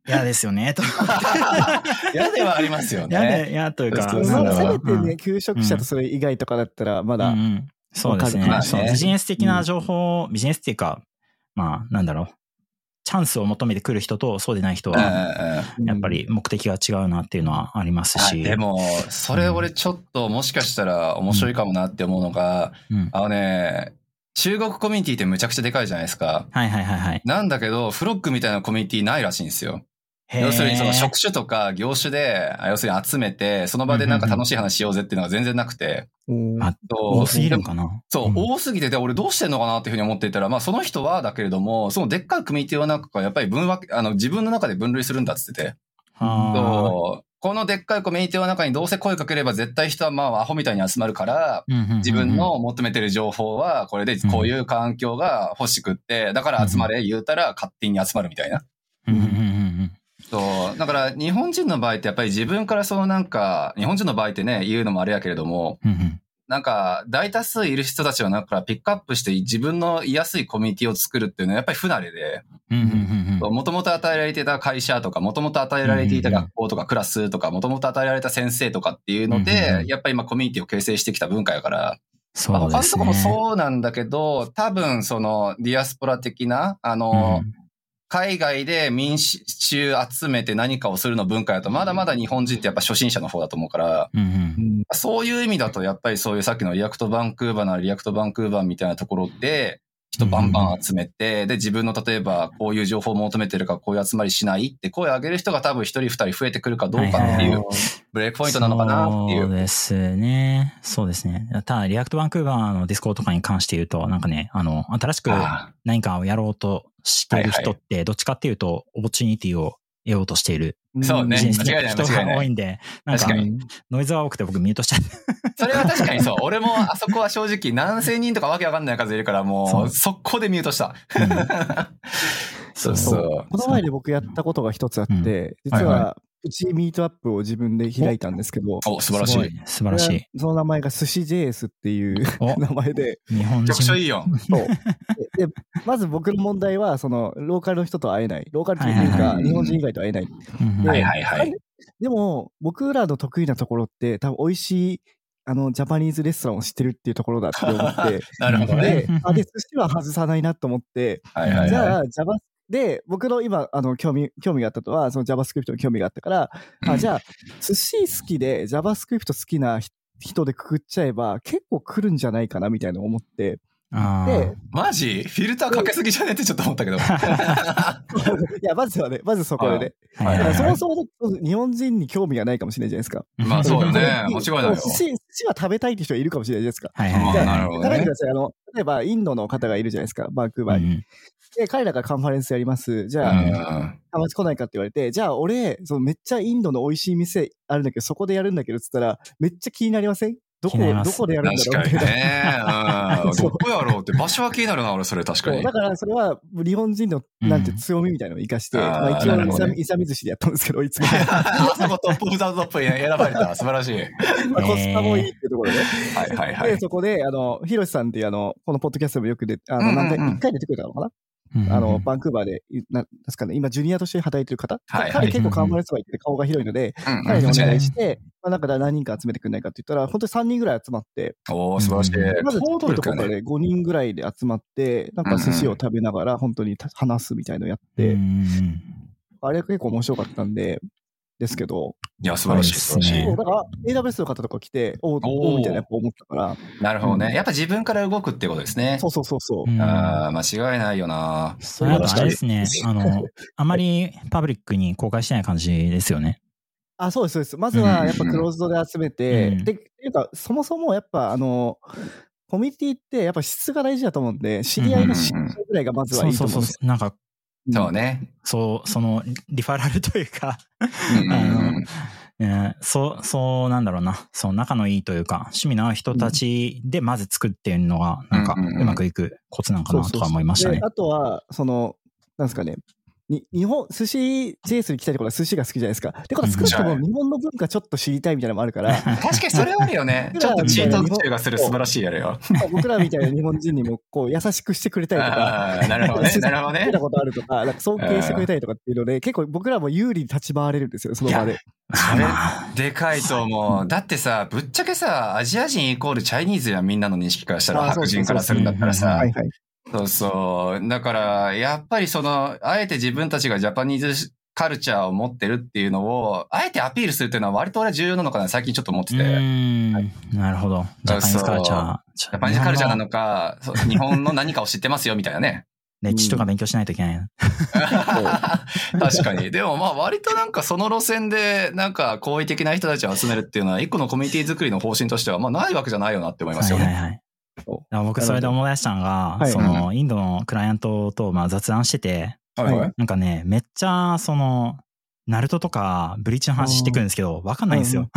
嫌ですよね、と。 嫌ではありますよね。 嫌というか。 せめてね、求職者とそれ以外とかだったら、まだ。 そうですね。ビジネス的な情報、ビジネスっていうか、まあ、なんだろう。チャンスを求めてくる人とそうでない人は、やっぱり目的が違うなっていうのはありますし。 でも、それ俺ちょっともしかしたら面白いかもなって思うのが、中国コミュニティってむちゃくちゃでかいじゃないですか。なんだけど、フロックみたいなコミュニティないらしいんですよ。要するにその職種とか業種で、要するに集めて、その場でなんか楽しい話しようぜっていうのが全然なくて。 多すぎるのかな。 そう、多すぎてて、俺どうしてんのかなっていうふうに思っていたら、まあその人はだけれども、そのでっかいコミュニティはなんかやっぱり自分の中で分類するんだっつってて。このでっかいコミュニティの中にどうせ声かければ絶対人はまあアホみたいに集まるから、自分の求めてる情報はこれでこういう環境が欲しくって、だから集まれ言うたら勝手に集まるみたいな。そう。だから日本人の場合ってやっぱり自分からそのなんか、日本人の場合ってね、言うのもあれやけれども、なんか大多数いる人たちをなんかピックアップして自分の居やすいコミュニティを作るっていうのはやっぱり不慣れで、もともと与えられていた会社とか、もともと与えられていた学校とかクラスとか、もともと与えられた先生とかっていうので、やっぱり今コミュニティを形成してきた文化やから、他のとこもそうなんだけど、多分そのディアスポラ的な、海外で民衆集めて何かをするの文化だと、まだまだ日本人ってやっぱ初心者の方だと思うから、そういう意味だとやっぱりそういうさっきのリアクトバンクーバーならリアクトバンクーバーみたいなところで、人バンバン集めて、で自分の例えばこういう情報を求めてるからこういう集まりしないって声を上げる人が多分一人二人増えてくるかどうかっていうブレイクポイントなのかなっていう。 そうですね。そうですね。ただリアクトバンクーバーのディスコードとかに関して言うと、なんかね、新しく何かをやろうとしている人ってどっちかっていうとオポチュニティを得ようとしている。 そうね。間違いない。 人が多いんで、なんかノイズが多くて僕ミュートしちゃって。 それは確かにそう。俺もあそこは正直何千人とかわけわかんない数いるからもう速攻でミュートした。そうそう。 この前で僕やったことが一つあって、実はうちミートアップを自分で開いたんですけど。 素晴らしい。 素晴らしい。 その名前が寿司 JS っていう名前で。 日本人。 めちゃくちゃいいよ。 そう。で、まず僕の問題は、その、ローカルの人と会えない。ローカルというか、日本人以外と会えない。でも、僕らの得意なところって、多分美味しい、ジャパニーズレストランを知ってるっていうところだって思って。 なるほどね。 で、寿司は外さないなと思って、じゃあ、で、僕の今、興味があったとは、その JavaScript の興味があったから、じゃあ、寿司好きで JavaScript 好きな人でくくっちゃえば、結構来るんじゃないかなみたいな思って、 で、マジフィルターかけすぎじゃねってちょっと思ったけど。いや、まずそこでね。そもそも日本人に興味がないかもしれないじゃないですか。 まあそうよね。間違いないよ。 寿司は食べたいって人いるかもしれないじゃないですか。 なるほどね。 例えば、インドの方がいるじゃないですか、バンクーバーに。で、彼らがカンファレンスやります。じゃあ、たまに来ないかって言われて、じゃあ俺、めっちゃインドの美味しい店あるんだけど、そこでやるんだけどっつったら、めっちゃ気になりません？どこでやるんだろうみたいな。 確かにね。どこやろうって、場所は気になるな、俺、それ確かに。 だから、それは日本人の、なんて強みみたいなのを生かして、一応、イサミ寿司でやったんですけど、いつも。 そこトップオブザトップに選ばれた。素晴らしい。 コスパもいいっていうところで。 で、 そこで、ヒロシさんっていう、このポッドキャストもよく一回出てくれたのかな？バンクーバーで、確かね、今、ジュニアとして働いてる方、彼結構カンファレンスは行って顔が広いので、彼にお願いして、なんか何人か集めてくれないかって言ったら、本当に3人ぐらい集まって、 素晴らしい。 まず、ところで5人ぐらいで集まって、なんか寿司を食べながら、本当に話すみたいのをやって、あれ結構面白かったんで、ですけど。 いや、素晴らしい、素晴らしい。 だから、AWS の方とか来て、みたいなやっぱ思ったから。 なるほどね。やっぱ自分から動くってことですね。 そう。 間違いないよな。 それはあれですね。あまりパブリックに公開してない感じですよね。 そうです。まずは、やっぱクローズドで集めて、で、っていうか、そもそもやっぱ、コミュニティって、やっぱ質が大事だと思うんで、知り合いの質ぐらいがまずはいいと思うんですよ。 なんか、 そうね。 その、リファラルというか、そうなんだろうな。仲のいいというか、趣味の合う人たちでまず作っているのが、なんか、うまくいくコツなんかなとか思いましたね。 あとは、なんですかね、 日本、寿司 JS に来たいところは寿司が好きじゃないですか。ってことは少なくとも日本の文化ちょっと知りたいみたいなのもあるから。 確かにそれはあるよね。ちょっとチート中がする素晴らしいやるよ。 僕らみたいな日本人にもこう優しくしてくれたりとか。 なるほどね。なるほどね。 見たことあるとか、なんか尊敬してくれたりとかっていうので、結構僕らも有利に立ち回れるんですよ、その場で。 それ、でかいと思う。だってさ、ぶっちゃけさ、アジア人イコールチャイニーズやみんなの認識からしたら、白人からするんだったらさ、そうそう。だから、やっぱりあえて自分たちがジャパニーズカルチャーを持ってるっていうのを、あえてアピールするっていうのは割と俺は重要なのかな、最近ちょっと思ってて。 なるほど。ジャパニーズカルチャー。 ジャパニーズカルチャーなのか、日本の何かを知ってますよ、みたいなね。 歴史とか勉強しないといけないな。 確かに。でもまあ割となんかその路線でなんか好意的な人たちを集めるっていうのは一個のコミュニティ作りの方針としてはまあないわけじゃないよなって思いますよね。 はいはいはい。僕それで思い出したのが、インドのクライアントとまあ雑談してて、なんかね、めっちゃナルトとかブリーチの話してくるんですけど、わかんないんですよ。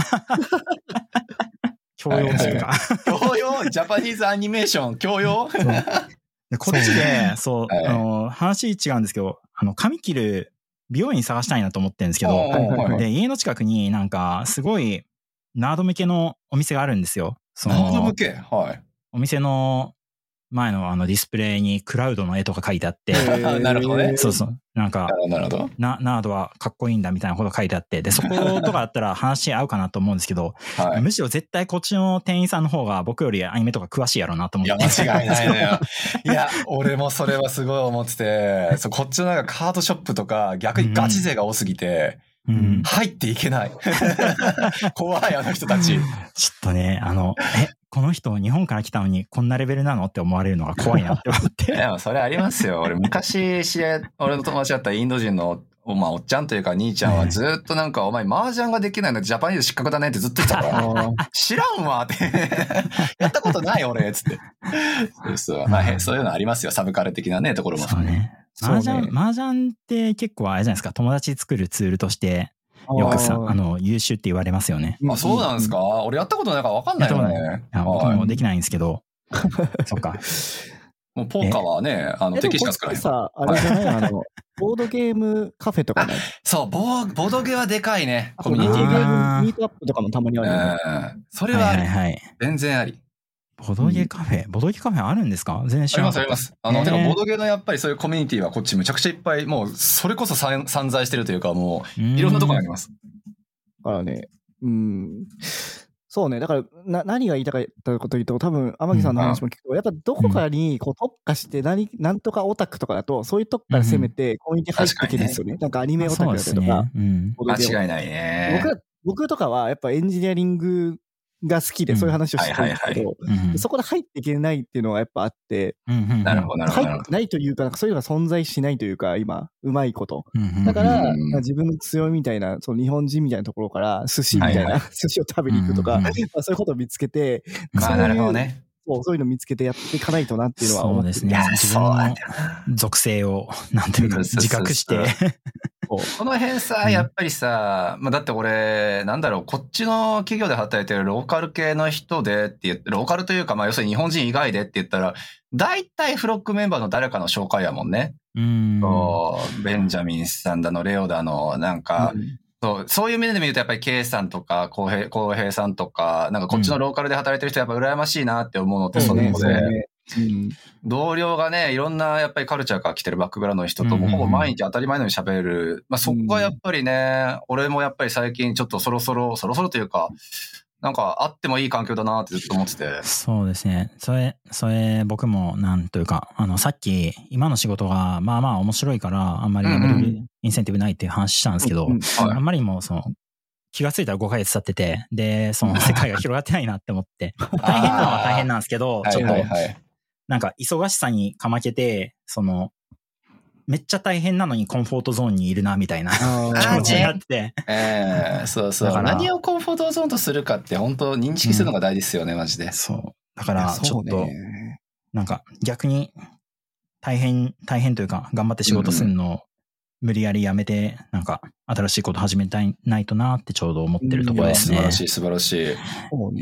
教養というか。 教養ジャパニーズアニメーション教養こっちで、話違うんですけど、髪切る美容院探したいなと思ってるんですけど、で、家の近くになんか、すごい、ナード向けのお店があるんですよ。 ナード向けはい。 お店の前のディスプレイにクラウドの絵とか書いてあって。 なるほどね。 そうそう。なんか、ナードはかっこいいんだみたいなこと書いてあって、で、そことかだったら話合うかなと思うんですけど、むしろ絶対こっちの店員さんの方が僕よりアニメとか詳しいやろうなと思って。 いや、間違いないのよ。いや、俺もそれはすごい思ってて、こっちのなんかカードショップとか逆にガチ勢が多すぎて、入っていけない。怖い、あの人たち。ちょっとね、この人日本から来たのにこんなレベルなのって思われるのが怖いなって思って。 でもそれありますよ。俺昔俺の友達だったインド人のまあおっちゃんというか兄ちゃんはずっとなんかお前麻雀ができないのジャパニーズ失格だねってずっと言ってたから知らんわってやったことない俺つって。そうまあそういうのありますよ。サブカル的なねところも。 そうね。麻雀って結構あれじゃないですか。友達作るツールとしてよくさ優秀って言われますよね。 あ、そうなんですか。俺やったことないから分かんないよね。 僕もできないんですけど。そっか。 もうポーカーはね、敵しか作らない。 さ、あれじゃないボードゲームカフェとかね。 そう、ボードゲーはでかいね。 コミュニティゲームミートアップとかもたまにあるよね。それはあり。全然あり。 ボドゲカフェあるんですか？全然知らなかった。 あります。てかボドゲのやっぱりそういうコミュニティはこっちむちゃくちゃいっぱい、もうそれこそ散在してるというか、もういろんなところにあります。 だからね、そうね、だから何が言いたかったかというと、多分天城さんの話も聞くと、やっぱどこかにこう特化してなんとかオタクとかだと、そういうとこから攻めてコミュニティ入っていけるんですよね。なんかアニメオタクだったりとか。 間違いないね。 僕とかはやっぱエンジニアリングが好きでそういう話をしてるんですけど、そこで入っていけないっていうのがやっぱあって、 なるほど。 入ってないというか、そういうのが存在しないというか、今、うまいこと。だから、自分の強みみたいな、その日本人みたいなところから、寿司みたいな、寿司を食べに行くとか、そういうことを見つけて、 なるほどね。 そういうの見つけてやっていかないとなっていうのは思ってそうですね。自分の属性を、なんていうか、自覚して。 この辺さ、やっぱりさ、だって俺、こっちの企業で働いてるローカル系の人でって言って、ローカルというか、要するに日本人以外でって言ったら、大体フロックメンバーの誰かの紹介やもんね。ベンジャミンさんだの、レオだの、なんか、そういう面で見るとやっぱり K さんとか、浩平さんとか、なんかこっちのローカルで働いてる人やっぱ羨ましいなって思うのってその子で、同僚がね、いろんなやっぱりカルチャーから来てるバックグラウンドの人ともほぼ毎日当たり前のように喋る。そこはやっぱりね、俺もやっぱり最近ちょっとそろそろというか、なんかあってもいい環境だなってずっと思ってて。 そうですね。それ僕もなんというか、さっき今の仕事がまあまあ面白いからあんまり辞めるインセンティブないっていう話したんですけど、あんまりにも気がついたら5ヶ月経ってて、で、その世界が広がってないなって思って、大変なのは大変なんですけど、ちょっと、なんか忙しさにかまけて、めっちゃ大変なのにコンフォートゾーンにいるなみたいな気持ちになってて。 そうそう。何をコンフォートゾーンとするかって本当認識するのが大事ですよね、マジで。 そう。だからちょっと、なんか逆に大変というか頑張って仕事するのを無理やりやめて、なんか新しいこと始めたいないとなってちょうど思ってるところですね。 素晴らしい。 いや。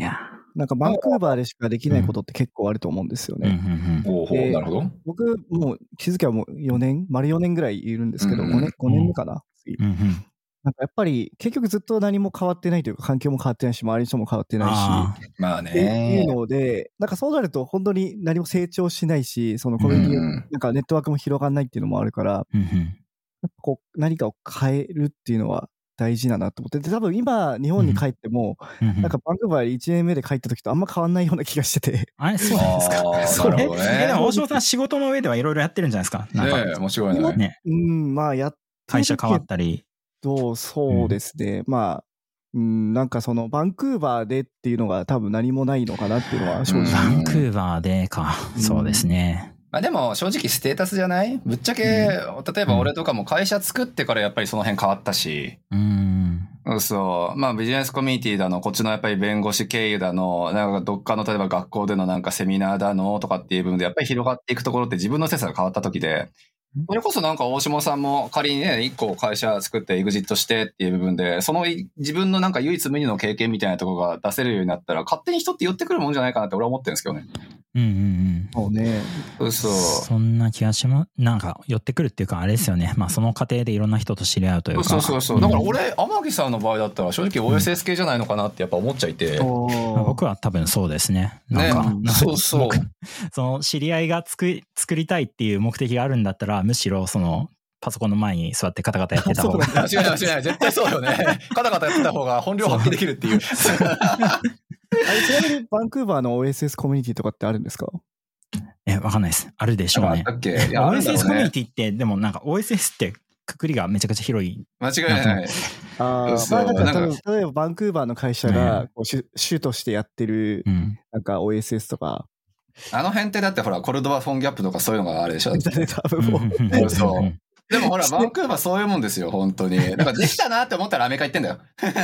なんかバンクーバーでしかできないことって結構あると思うんですよね。 なるほど。 僕、もう気づけばもう丸4年ぐらいいるんですけど、5年目かな。なんかやっぱり結局ずっと何も変わってないというか、環境も変わってないし、周りの人も変わってないし、 まあね。 っていうので、なんかそうなると本当に何も成長しないし、そのコミュニティ、なんかネットワークも広がらないっていうのもあるから、やっぱこう何かを変えるっていうのは大事だなと思って、で多分今日本に帰っても、なんかバンクーバー1年目で帰った時とあんま変わんないような気がしてて。 あれ、そうなんですか。 なるほどね。 でも大城さん仕事の上ではいろいろやってるんじゃないですか。 ねえ、間違いない。 ね。 まあやって会社変わったり。 そうですね。まあ、なんかそのバンクーバーでっていうのが多分何もないのかなっていうのは正直。 バンクーバーでか。そうですね。 まあでも正直ステータスじゃない？ぶっちゃけ、例えば俺とかも会社作ってからやっぱりその辺変わったし。そう。まあビジネスコミュニティだの、こっちのやっぱり弁護士経由だの、なんかどっかの例えば学校でのなんかセミナーだのとかっていう部分でやっぱり広がっていくところって自分の施設が変わった時で、それこそなんか大下さんも仮にね、一個会社作ってエグジットしてっていう部分で、その自分のなんか唯一無二の経験みたいなところが出せるようになったら、勝手に人って寄ってくるもんじゃないかなって俺は思ってるんですけどね。 そうね。 そんな気がします。なんか寄ってくるっていうかあれですよね。まあその過程でいろんな人と知り合うというか。 そう。だから俺、天城さんの場合だったら正直 OSS 系じゃないのかなってやっぱ思っちゃいて。 僕は多分そうですね。なんか、 そう。 その知り合いが作りたいっていう目的があるんだったら、むしろそのパソコンの前に座ってカタカタやってた方が。 間違いない。絶対そうよね。カタカタやってた方が本領発揮できるっていう。 ちなみにバンクーバーの OSS コミュニティとかってあるんですか？ わかんないです。あるでしょうね。OSS コミュニティって、でもなんか OSS ってくくりがめちゃくちゃ広い。 間違いない。 例えばバンクーバーの会社が主としてやってる、なんか OSS とか。 あの辺ってだってほら、コルドバフォンギャップとかそういうのがあるでしょ。 多分もう。 そう。でもほら、バンクーバーそういうもんですよ、本当に。なんかできたなって思ったらアメリカ行ってんだよ。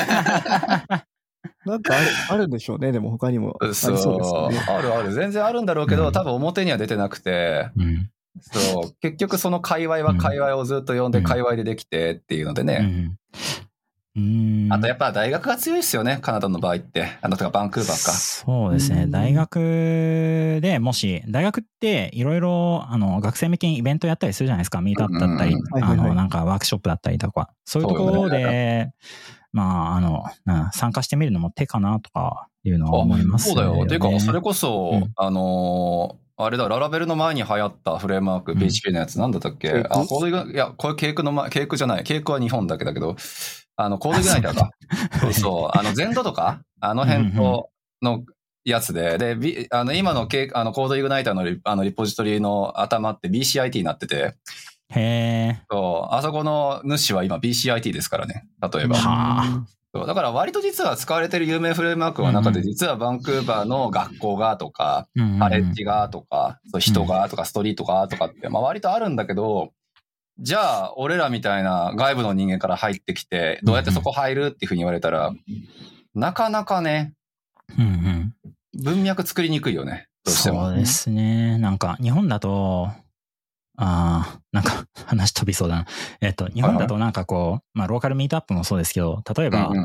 なんかあるんでしょうね、でも他にも。 そうですね。ある。全然あるんだろうけど、多分表には出てなくて、そう。結局その界隈は界隈をずっと呼んで界隈でできてっていうのでね。あとやっぱ大学が強いですよね、カナダの場合って。とかバンクーバーか。 そうですね。大学でもし、大学っていろいろ学生向けにイベントやったりするじゃないですか。ミートアップだったり、なんかワークショップだったりとか。そういうところで、まあ、参加してみるのも手かなとかいうのは思いますね。 そうだよ。ていうか、それこそ、あれだ、ララベルの前に流行ったフレームワーク、PHP のやつ、なんだったっけ？これケイクの前、ケイクじゃない。ケイクは日本だけだけど、コードイグナイターか。そう。ゼンドとか、あの辺のやつで、今のコードイグナイターのリポジトリの頭って BCIT になってて、そう。あそこの主は今 BCIT ですからね。例えば。だから割と実は使われてる有名フレームワークの中で実はバンクーバーの学校がとか、カレッジがとか、人がとかストリートがとかって、まあ割とあるんだけど、じゃあ俺らみたいな外部の人間から入ってきて、どうやってそこ入るっていうふうに言われたら、なかなかね、文脈作りにくいよね。どうしても。 そうですね。なんか日本だと、なんか話飛びそうだな。日本だとなんかこう、まあローカルミートアップもそうですけど、例えば、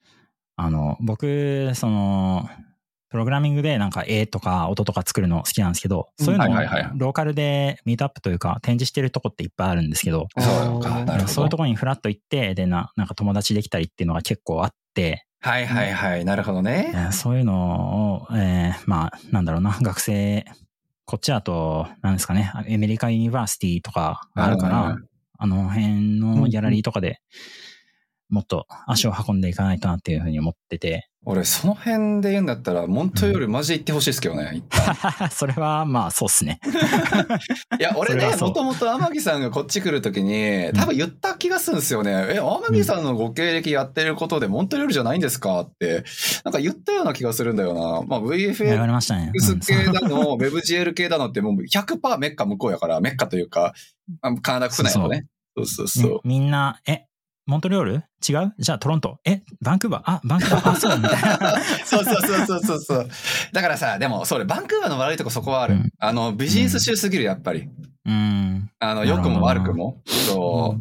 僕、プログラミングでなんか絵とか音とか作るの好きなんですけど、そういうのをローカルでミートアップというか展示してるとこっていっぱいあるんですけど、そういうところにフラッと行って、でなんか友達できたりっていうのが結構あって、 なるほどね。 そういうのを、まあなんだろうな、学生、こっちだと、なんですかね、アメリカユニバーシティとかがあるから、あの辺のギャラリーとかでもっと足を運んでいかないとなっていうふうに思ってて。 俺、その辺で言うんだったら、モントリオールマジで行ってほしいですけどね。 それは、まあ、そうっすね。 いや、俺ね、もともと天城さんがこっち来るときに、多分言った気がするんですよね。天城さんのご経歴やってることで、モントリオールじゃないんですかって、なんか言ったような気がするんだよな。まあ、VFX 系だの、WebGL 系だのって、もう 100% メッカ向こうやから、メッカというか、カナダ国内のね。そう。 みんな、モントリオール違う？じゃあトロント。バンクーバー？バンクーバー。そうみたいな。 そう。だからさ、でも、それ、バンクーバーの悪いとこそこはある。ビジネス州すぎる、やっぱり。良くも悪くも。そう。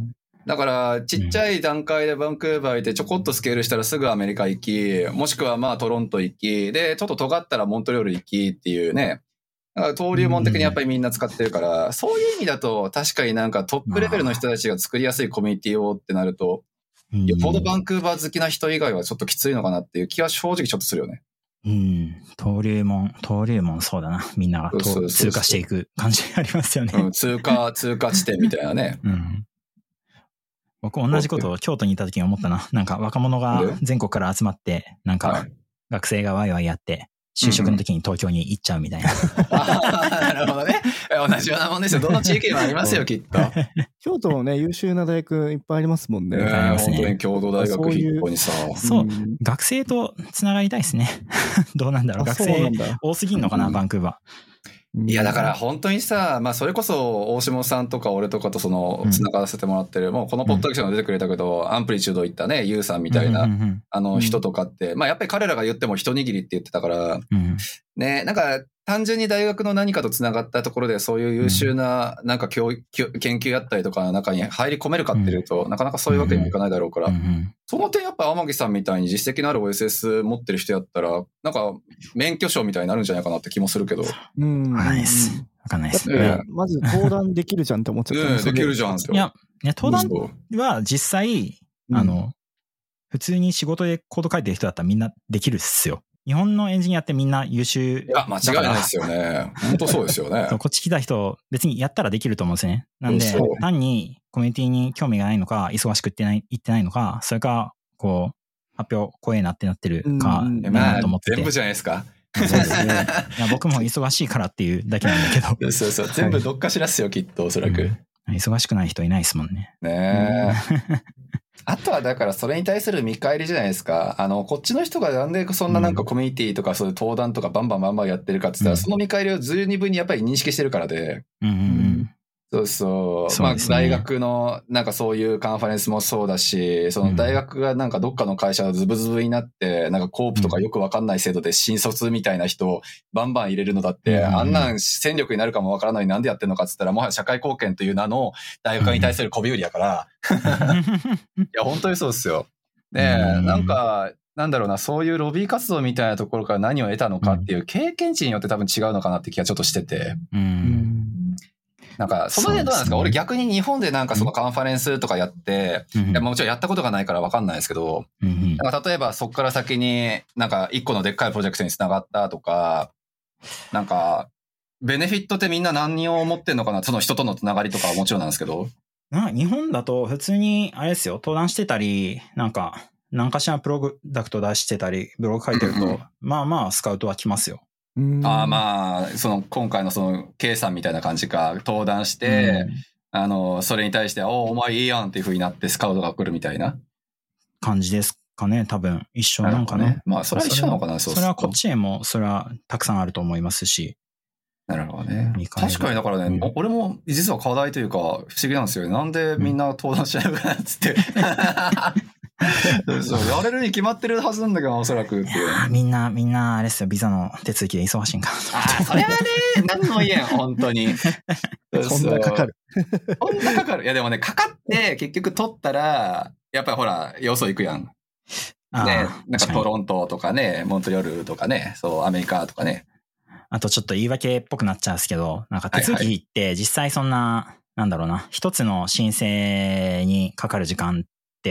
だから、ちっちゃい段階でバンクーバー行ってちょこっとスケールしたらすぐアメリカ行き、もしくはまあトロント行き、で、ちょっと尖ったらモントリオール行きっていうね。だから登竜門的にやっぱりみんな使ってるから、そういう意味だと確かになんかトップレベルの人たちが作りやすいコミュニティをってなると、よっぽどバンクーバー好きな人以外はちょっときついのかなっていう気は正直ちょっとするよね。 登竜門そうだな。みんなが通過していく感じありますよね。 通過地点みたいなね。 僕同じことを京都にいた時に思ったな。なんか若者が全国から集まって、なんか学生がワイワイやって、就職の時に東京に行っちゃうみたいな。 なるほどね。同じようなもんですよ。どの地域にもありますよ、きっと。 京都もね、優秀な大学いっぱいありますもんね。 本当に京都大学筆頭にさ。 そう、学生とつながりたいですね。どうなんだろう。学生多すぎんのかな、バンクーバー。 いや、だから本当にさ、まあそれこそ大下さんとか俺とかとその繋がらせてもらってる、もうこのポッドキャストが出てくれたけど、アンプリチュード行ったね、ユウさんみたいな、人とかって、まあやっぱり彼らが言っても一握りって言ってたから、ね、なんか単純に大学の何かと繋がったところでそういう優秀ななんか研究やったりとかの中に入り込めるかっていうと、なかなかそういうわけにもいかないだろうから、その点やっぱ天城さんみたいに実績のある OSS 持ってる人やったら、なんか免許証みたいになるんじゃないかなって気もするけど。 わかんないです。わかんないです。 まず登壇できるじゃんって思っちゃった。 できるじゃん。 いや、登壇は実際、普通に仕事でコード書いてる人だったらみんなできるっすよ。日本のエンジニアってみんな優秀。 いや、間違いないですよね。本当そうですよね。 こっち来た人、別にやったらできると思うんですね。なんで、単にコミュニティに興味がないのか、忙しく行ってないのか、それか、こう、発表怖えなってなってるか、 まあ、全部じゃないですか。 そうですね。いや、僕も忙しいからっていうだけなんだけど。 そう。全部どっかしらっすよ、きっと、おそらく。 忙しくない人いないですもんね。 ねえ。あとはだからそれに対する見返りじゃないですか。こっちの人がなんでそんななんかコミュニティとかそういう登壇とかバンバンやってるかって言ったら、その見返りを十二分にやっぱり認識してるからで。そう。まあ大学のなんかそういうカンファレンスもそうだし、その大学がなんかどっかの会社がズブズブになって、なんかコープとかよくわかんない制度で新卒みたいな人をバンバン入れるのだって、あんなん戦力になるかもわからないなんでやってんのかって言ったら、もはや社会貢献という名の大学に対する媚び売りやから。いや、本当にそうですよ。で、なんか、なんだろうな、そういうロビー活動みたいなところから何を得たのかっていう経験値によって多分違うのかなって気がちょっとしてて。なんか、その辺どうなんですか？俺逆に日本でなんかそのカンファレンスとかやって、いやもちろんやったことがないから分かんないですけど、なんか例えばそこから先になんか一個のでっかいプロジェクトにつながったとか、なんか、ベネフィットってみんな何を思ってんのかな、その人とのつながりとかはもちろんなんですけど。 日本だと普通に、あれですよ、登壇してたり、なんかしらプロダクト出してたり、ブログ書いてると、まあまあスカウトは来ますよ。 まあ、その、今回のその、K さんみたいな感じか、登壇して、それに対して、お前いいやんっていう風になってスカウトが来るみたいな感じですかね、多分。一緒なんかね。 まあ、それは一緒なのかな、 それはこっちへも、それはたくさんあると思いますし。 なるほどね。確かにだからね、俺も実は課題というか、不思議なんですよね。なんでみんな登壇しないのかなっつって。そうやれるに決まってるはずなんだけど、おそらくっていう。 みんな、あれですよ、ビザの手続きで忙しいんか。 それはね、何も言えん、本当に。 そんなかかる。 いやでもね、かかって結局取ったら、やっぱりほら、よそ行くやん。ね、なんかトロントとかね、モントリオールとかね、そう、アメリカとかね。 あとちょっと言い訳っぽくなっちゃうんですけど、なんか手続きって実際そんな、なんだろうな、一つの申請にかかる時間って、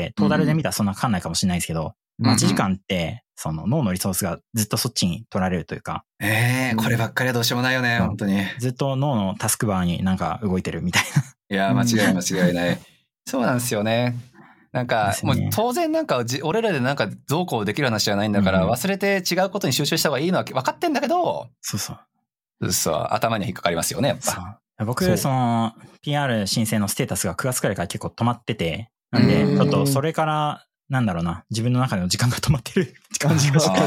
トータルで見たらそんなかかんないかもしれないですけど、待ち時間って、その脳のリソースがずっとそっちに取られるというか。 こればっかりはどうしようもないよね、本当に。 ずっと脳のタスクバーになんか動いてるみたいな。いや、間違いない。そうなんですよね。なんか、もう当然なんか、俺らでなんかどうこうできる話じゃないんだから、忘れて違うことに集中した方がいいのは分かってんだけど、そう、頭に引っかかりますよね、やっぱ。 僕、その、PR 申請のステータスが9月くらいから結構止まってて、なんで、ちょっとそれから、なんだろうな、自分の中での時間が止まってる感じがして。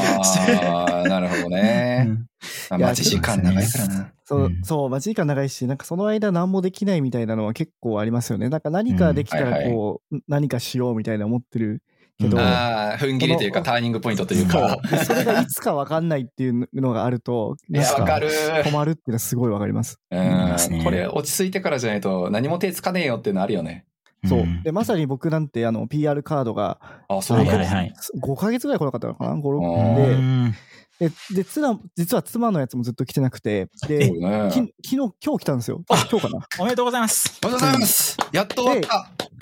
なるほどね。待ち時間長いからな。 そう、待ち時間長いし、なんかその間何もできないみたいなのは結構ありますよね。なんか何かできたらこう、何かしようみたいな思ってるけど。 踏ん切りというかターニングポイントというか。 それがいつか分かんないっていうのがあると、 わかる。 止まるっていうのはすごいわかります。 これ落ち着いてからじゃないと何も手つかねえよっていうのあるよね。 そう。で、まさに僕なんて、PR カードが、 そうはいはいはい。 5ヶ月ぐらい来なかったのかな ?5、6で、実は妻のやつもずっと来てなくて、で、今日来たんですよ。今日かな。 おめでとうございます。 おめでとうございます。やっと終わった。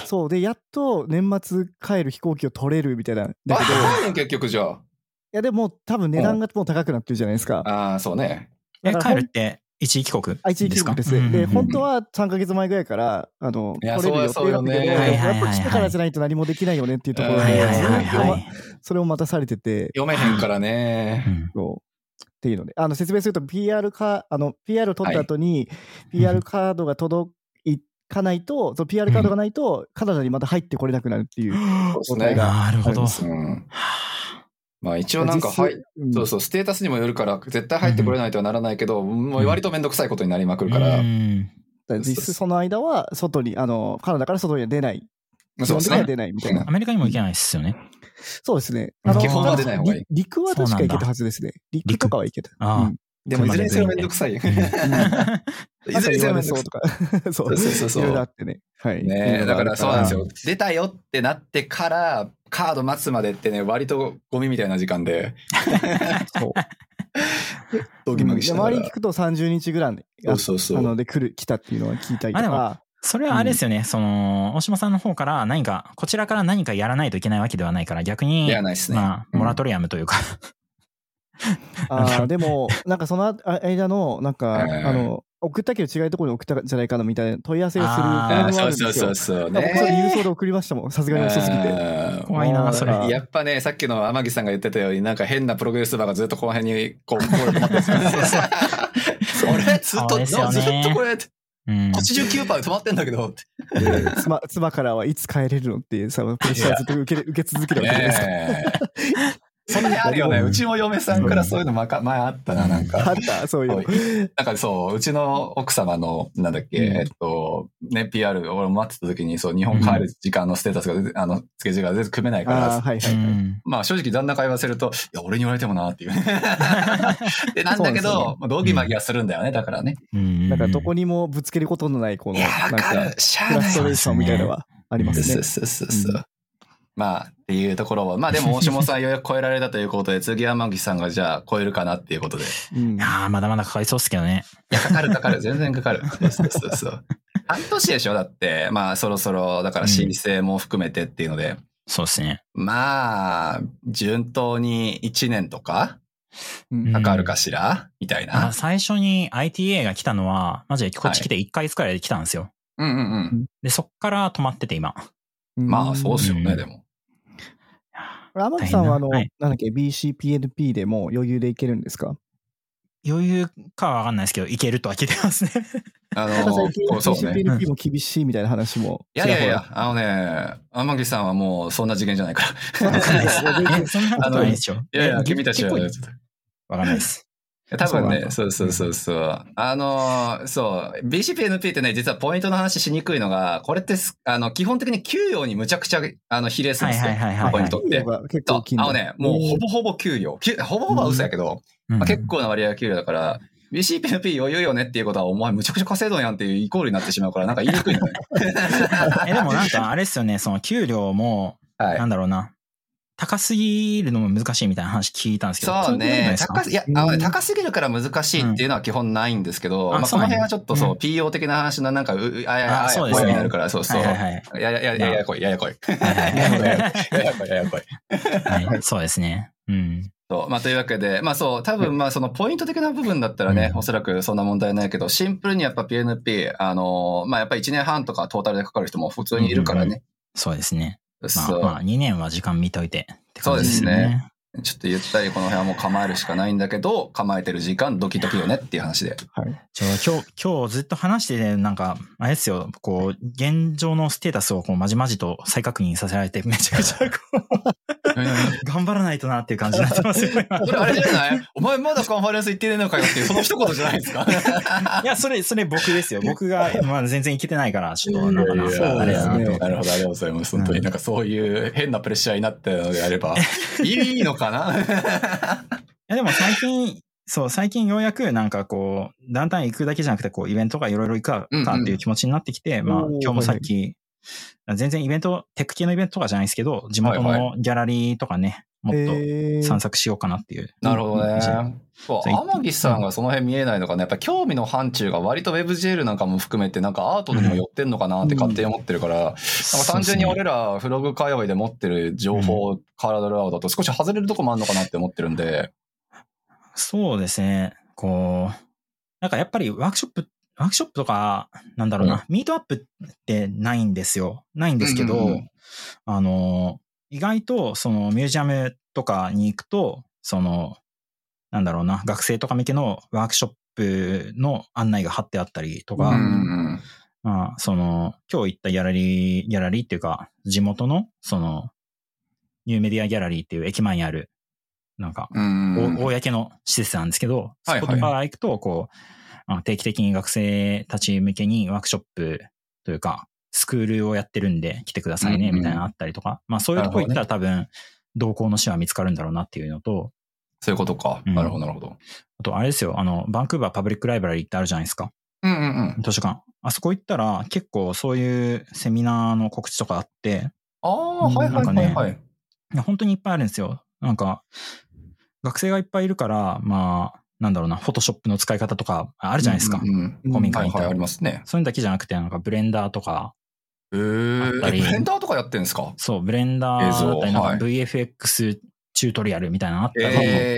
そうで、やっと年末帰る飛行機を取れるみたいな。だけど、結局じゃあ。 いや、でも多分値段がもう高くなってるじゃないですか。 ああ、そうね。 帰るって一時帰国ですか？ 一時帰国です。で、本当は3ヶ月前ぐらいから、取れる予定だったけど、やっぱ来てからじゃないと何もできないよねっていうところで、それを待たされてて。 読めへんからね。 そう。っていうので、説明すると PR を取った後に、PR カードが届かないと、その PR カードがないと、カナダにまた入ってこれなくなるっていう状態があるんです。 まあ一応なんか、そうそう、ステータスにもよるから、絶対入ってこれないとはならないけど、もう割とめんどくさいことになりまくるから。 実質その間は、外に、カナダから外には出ない。 そうですね。 出ないみたいな。 アメリカにも行けないですよね。 そうですね。 基本は出ない方がいい。 陸は確か行けたはずですね。陸とかは行けた。 でもいずれにせよめんどくさい。いずれにせよめんどくさい。 とか。そう。いろいろあってね。はい。 ね、だからそうなんですよ。出たよってなってから、カード待つまでってね、割とゴミみたいな時間で。そう。ドギマギしながら。 周りに聞くと30日ぐらいで、来たっていうのは聞いたりとか。 それはあれですよね、大島さんの方からこちらから何かやらないといけないわけではないから、逆に、まあ、モラトリアムというか。 でも、なんかその間の、なんか、送ったけど違うところに送ったんじゃないかなみたいな問い合わせをするフォームがあるんですよ。 そう。 僕それ郵送で送りましたもん。さすがに遅すぎて。 怖いな、それ。 やっぱね、さっきの天城さんが言ってたように、なんか変なプログレスバーがずっとこの辺に、こう、止まってるんですよ。俺、ずっとこれ、89%で止まってんだけど。 妻からはいつ帰れるのっていうさ、プレッシャーずっと受け続けるわけですか。 その辺あるよね。うちも嫁さんからそういうの前あったな、なんか。 あった、そういう。 なんかそう、うちの奥様の、なんだっけ、ね、PR、俺待ってた時に、そう、日本帰る時間のステータスが、スケジュールが全然組めないから、まあ正直旦那会話すると、いや、俺に言われてもな、っていう。で、なんだけど、道義マギはするんだよね、だからね。 だからどこにもぶつけることのない、この、なんか、フラストレーションみたいなのはありますね。 そう。まあ、っていうところは、まあでも、大下さんようやく超えられたということで、次は天城さんがじゃあ超えるかなっていうことで。 いやー、まだまだかかりそうっすけどね。 いや、かかる。全然かかる。そう。半年でしょだって、まあそろそろ、だから申請も含めてっていうので。 そうですね。 まあ、順当に1年とかかかるかしらみたいな。 最初に ITA が来たのは、マジでこっち来て1ヶ月くらいで来たんですよ。で、そっから止まってて今。 まあ、そうっすよね、でも。 天城さんはなんだっけ、BCPNP でも余裕でいけるんですか？ 余裕かはわかんないですけど、いけるとは聞いてますね。 BCPNP も厳しいみたいな話も。 いや、天城さんはもうそんな次元じゃないから。 そんなことないでしょ。 いや、君たちは。 わかんないです。 多分ね、そう。BCPNP ってね、実はポイントの話しにくいのが、これって、基本的に給与にむちゃくちゃ、比例するんですよ。ポイントって。もうほぼほぼ給与。ほぼほぼは嘘やけど、結構な割合が給与だから、BCPNP 余裕よねっていうことは、お前むちゃくちゃ稼いどんやんっていうイコールになってしまうから、なんか言いにくいのね。 でもなんかあれっすよね、その給料も、なんだろうな。高すぎるのも難しいみたいな話聞いたんですけど。 そうね。高すぎるから難しいっていうのは基本ないんですけど、まあこの辺はちょっとそう、PO 的な話のなんか、 そうですね。 なるから、そう。ややこい。 そうですね。 まあというわけで、まあそう、多分まあそのポイント的な部分だったらね、おそらくそんな問題ないけど、シンプルにやっぱ PNP、まあやっぱ1年半とかトータルでかかる人も普通にいるからね。 そうですね。まあ2年は時間見といてって感じですね。 そうですね。ちょっとゆったりこの辺はもう構えるしかないんだけど、構えてる時間ドキドキよねっていう話で。 はい。 今日ずっと話してて、なんか、あれですよ、こう、現状のステータスをこうまじまじと再確認させられて、めちゃくちゃこう、頑張らないとなっていう感じになってますよ。 これあれじゃない？お前まだカンファレンス行ってねえのかよっていう、その一言じゃないですか？ いや、それ僕ですよ。僕が、まあ全然行けてないから、ちょっと、なんかな。 あれですね。なるほど、ありがとうございます。本当になんかそういう変なプレッシャーになったのであれば、いいのかな？ いやでも最近ようやくなんかこう、団体行くだけじゃなくて、こう、イベントがいろいろ行くかっていう気持ちになってきて、まあ、今日もさっき、 全然イベント、テック系のイベントとかじゃないですけど、地元のギャラリーとかね、もっと散策しようかなっていう。 なるほどね。天城さんがその辺見えないのかね、やっぱ興味の範疇が割と WebGL なんかも含めてなんかアートにも寄ってんのかなって勝手に思ってるから、なんか単純に俺らフログ界隈で持ってる情報、カラードルアウトだと少し外れるとこもあるのかなって思ってるんで。 そうですね。こう、なんかやっぱりワークショップとか、なんだろうな、ミートアップってないんですよ。ないんですけど、意外とそのミュージアムとかに行くと、その、なんだろうな、学生とか向けのワークショップの案内が貼ってあったりとか、その、今日行ったギャラリーっていうか、地元の、その、ニューメディアギャラリーっていう駅前にある、なんか、公の施設なんですけど、そことか行くと、こう、定期的に学生たち向けにワークショップというか、スクールをやってるんで来てくださいね、みたいなのあったりとか、まあそういうとこ行ったら多分、同行の師は見つかるんだろうなっていうのと、 そういうことか。なるほど、なるほど。 あと、あれですよ、バンクーバーパブリックライブラリーってあるじゃないですか。図書館。あそこ行ったら、結構そういうセミナーの告知とかあって、本当にいっぱいあるんですよ。なんか、学生がいっぱいいるから、まあ、なんだろうな、フォトショップの使い方とかあるじゃないですか。公民館に行ったら。 ありますね。 そういうのだけじゃなくて、なんかブレンダーとか。 ブレンダーとかやってんですか？ そう、ブレンダーだったり、なんか VFX チュートリアルみたいなのあった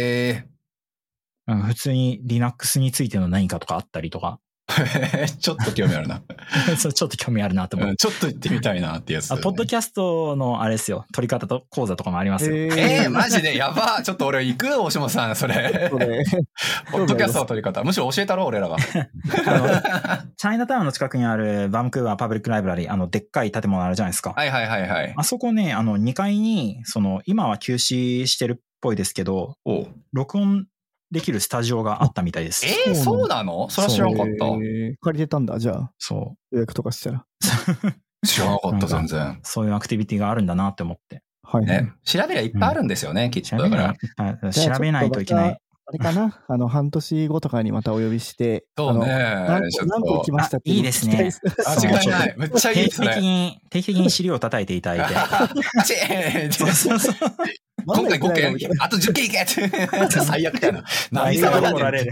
り、普通に Linux についての何かとかあったりとか。 ちょっと興味あるな。 そう、ちょっと興味あるなと思う。 ちょっと行ってみたいなってやつ、 ポッドキャストのあれですよ、撮り方と講座とかもありますよ。 マジでやば。ちょっと俺行く大下さん、それ。ポッドキャストの撮り方。むしろ教えたろ、俺らが。チャイナタウンの近くにあるバンクーバーパブリックライブラリー、でっかい建物あるじゃないですか。あそこね、2階に、今は休止してるっぽいですけど、録音できるスタジオがあったみたいです。 そうなの？それは知らなかった。 借りてたんだ、じゃあ。 そう。 予約とかしたら。 知らなかった、全然。 そういうアクティビティがあるんだなって思って。 はい。 ね。調べりゃいっぱいあるんですよね、きっと。だから。 調べないといけない。 あれかな半年後とかにまたお呼びして。 そうね。 何個行きましたって。 いいですね。 間違いない。めっちゃいいですね。定期的に尻を叩いていただいて。そう。 今回5件、あと10件いけって最悪やな。何様だね。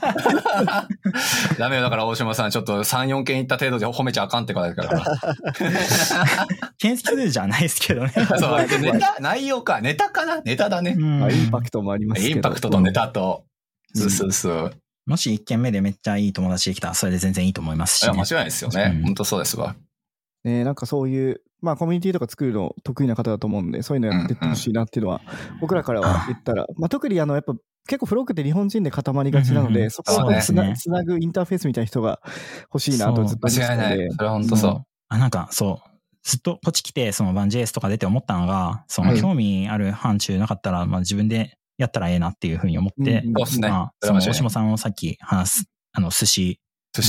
ダメよ、だから大島さん、ちょっと3、4件いった程度で褒めちゃあかんってことだから。 件数じゃないですけどね。 そう、内容か、ネタかな？ネタだね。 インパクトもありますけど。 インパクトとネタと。そう。 もし1件目でめっちゃいい友達できたら、それで全然いいと思いますし。 間違いないですよね。本当そうですわ。 なんかそういう、まあコミュニティとか作るの得意な方だと思うんで、そういうのやってってほしいなっていうのは、僕らからは言ったら、まあ特にやっぱ結構フロックって日本人で固まりがちなので、そこをつなぐインターフェースみたいな人が欲しいなとずっと思ってたので。 間違いない。それは本当そう。 なんかそう、ずっとこっち来て、Van.js とか出て思ったのが、興味ある範疇なかったら、まあ自分でやったらええなっていうふうに思って、 そうですね。 大島さんをさっき話す、寿司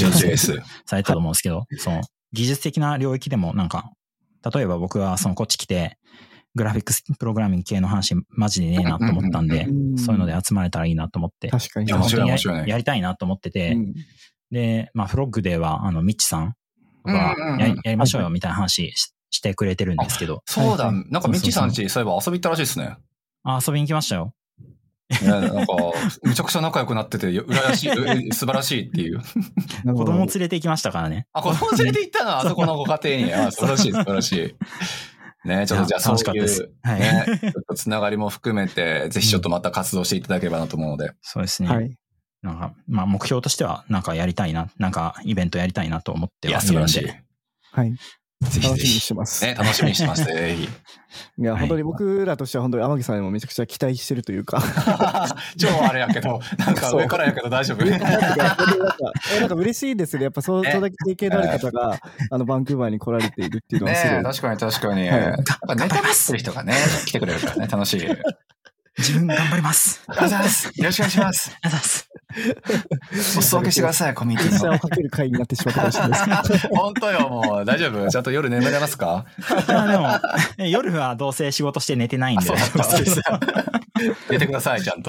JS されたと思うんですけど、技術的な領域でもなんか、例えば僕はこっち来て、グラフィックスプログラミング系の話マジでねえなと思ったんで、そういうので集まれたらいいなと思って、 確かに。 本当にやりたいなと思ってて、で、まあフロッグではミッチさんがやりましょうよみたいな話してくれてるんですけど。 そうだ、なんかミッチさんちそういえば遊び行ったらしいですね。 遊びに来ましたよ。 なんか、めちゃくちゃ仲良くなってて、羨ましい、素晴らしいっていう。 子供連れて行きましたからね。 子供連れて行ったのあそこのご家庭に。素晴らしい、素晴らしい。ね、ちょっとじゃあそういう、ね、ちょっとつながりも含めて、ぜひちょっとまた活動していただければなと思うので。 そうですね。はい。なんか、まあ目標としては、なんかやりたいな、なんかイベントやりたいなと思ってはいるんで。 素晴らしい。 はい。 ぜひ楽しみにしてます。 ね、楽しみにしてます。ぜひ。 いや、本当に僕らとしては本当に天城さんにもめちゃくちゃ期待してるというか。 超あれやけど、なんか上からやけど大丈夫。なんか嬉しいですね。やっぱそれだけ経験のある方が、バンクーバーに来られているっていうのはすごい。 ね、確かに確かに。なんかネタする人がね、来てくれるからね、楽しい。 自分頑張ります。 ありがとうございます。よろしくお願いします。 ありがとうございます。 お裾分けしてください、コミュニティの。 プレッシャーをかける回になってしまったかもしれないです。 本当よ、もう大丈夫？ちゃんと夜眠れますか？ でも、夜はどうせ仕事して寝てないんで。 寝てください、ちゃんと。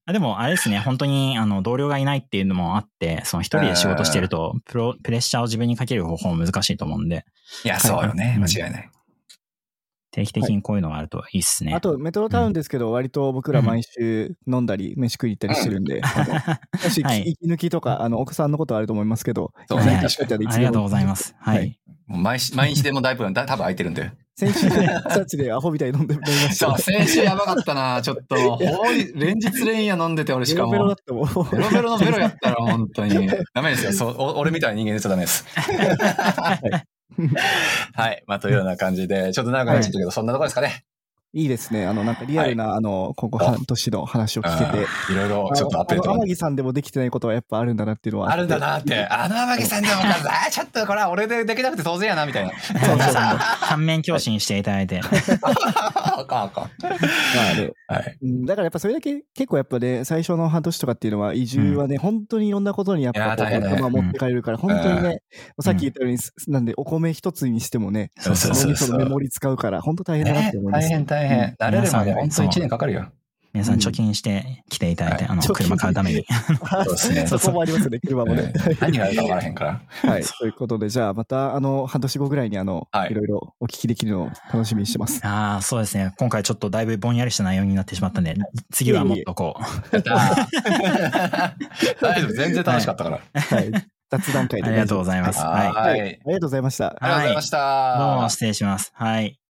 でも、あれですね、本当に、同僚がいないっていうのもあって、その一人で仕事してると、プレッシャーを自分にかける方法も難しいと思うんで。 いや、そうよね。間違いない。 定期的にこういうのがあるといいっすね。 あと、メトロタウンですけど、割と僕ら毎週飲んだり、飯食いに行ったりしてるんで、もし息抜きとか、奥さんのことあると思いますけど、 そうね。 ありがとうございます。はい。 毎日でもだいぶ多分空いてるんで。 先週、サチでアホみたいに飲みました。 そう、先週やばかったな、ちょっと。連日連夜飲んでて、俺しかも。 ベロベロだったもん。 ベロベロのベロやったら、本当に。ダメですよ。俺みたいな人間ですとダメです。はい。まあ、というような感じで、ちょっと長くなっちゃったけど、そんなところですかね。 いいですね。なんかリアルな、ここ半年の話を聞けて。 いろいろちょっとアップデート。 天城さんでもできてないことはやっぱあるんだなっていうのは。 あるんだなって。天城さんでもちょっとこれは俺でできなくて当然やな、みたいな。 そうそう。反面教師にしていただいて。 あかん。まあね。はい。だからやっぱそれだけ結構やっぱね、最初の半年とかっていうのは移住はね、本当にいろんなことにやっぱ頭持って帰るから、本当にね、さっき言ったように、なんでお米一つにしてもね、そのメモリ使うから、本当大変だなって思います。 大変。慣れるまで本当1年かかるよ。 皆さん貯金して来ていただいて、車買うために。 そうですね。そこもありますね、車もね。 何があるか分からへんから。 はい。ということで、じゃあまた、半年後ぐらいにいろいろお聞きできるのを楽しみにしてます。 そうですね。今回ちょっとだいぶぼんやりした内容になってしまったんで、次はもっとこう。 大丈夫、全然楽しかったから。 はい。雑談会で。 ありがとうございます。 はい。ありがとうございました。 ありがとうございました。 どうも失礼します。はい。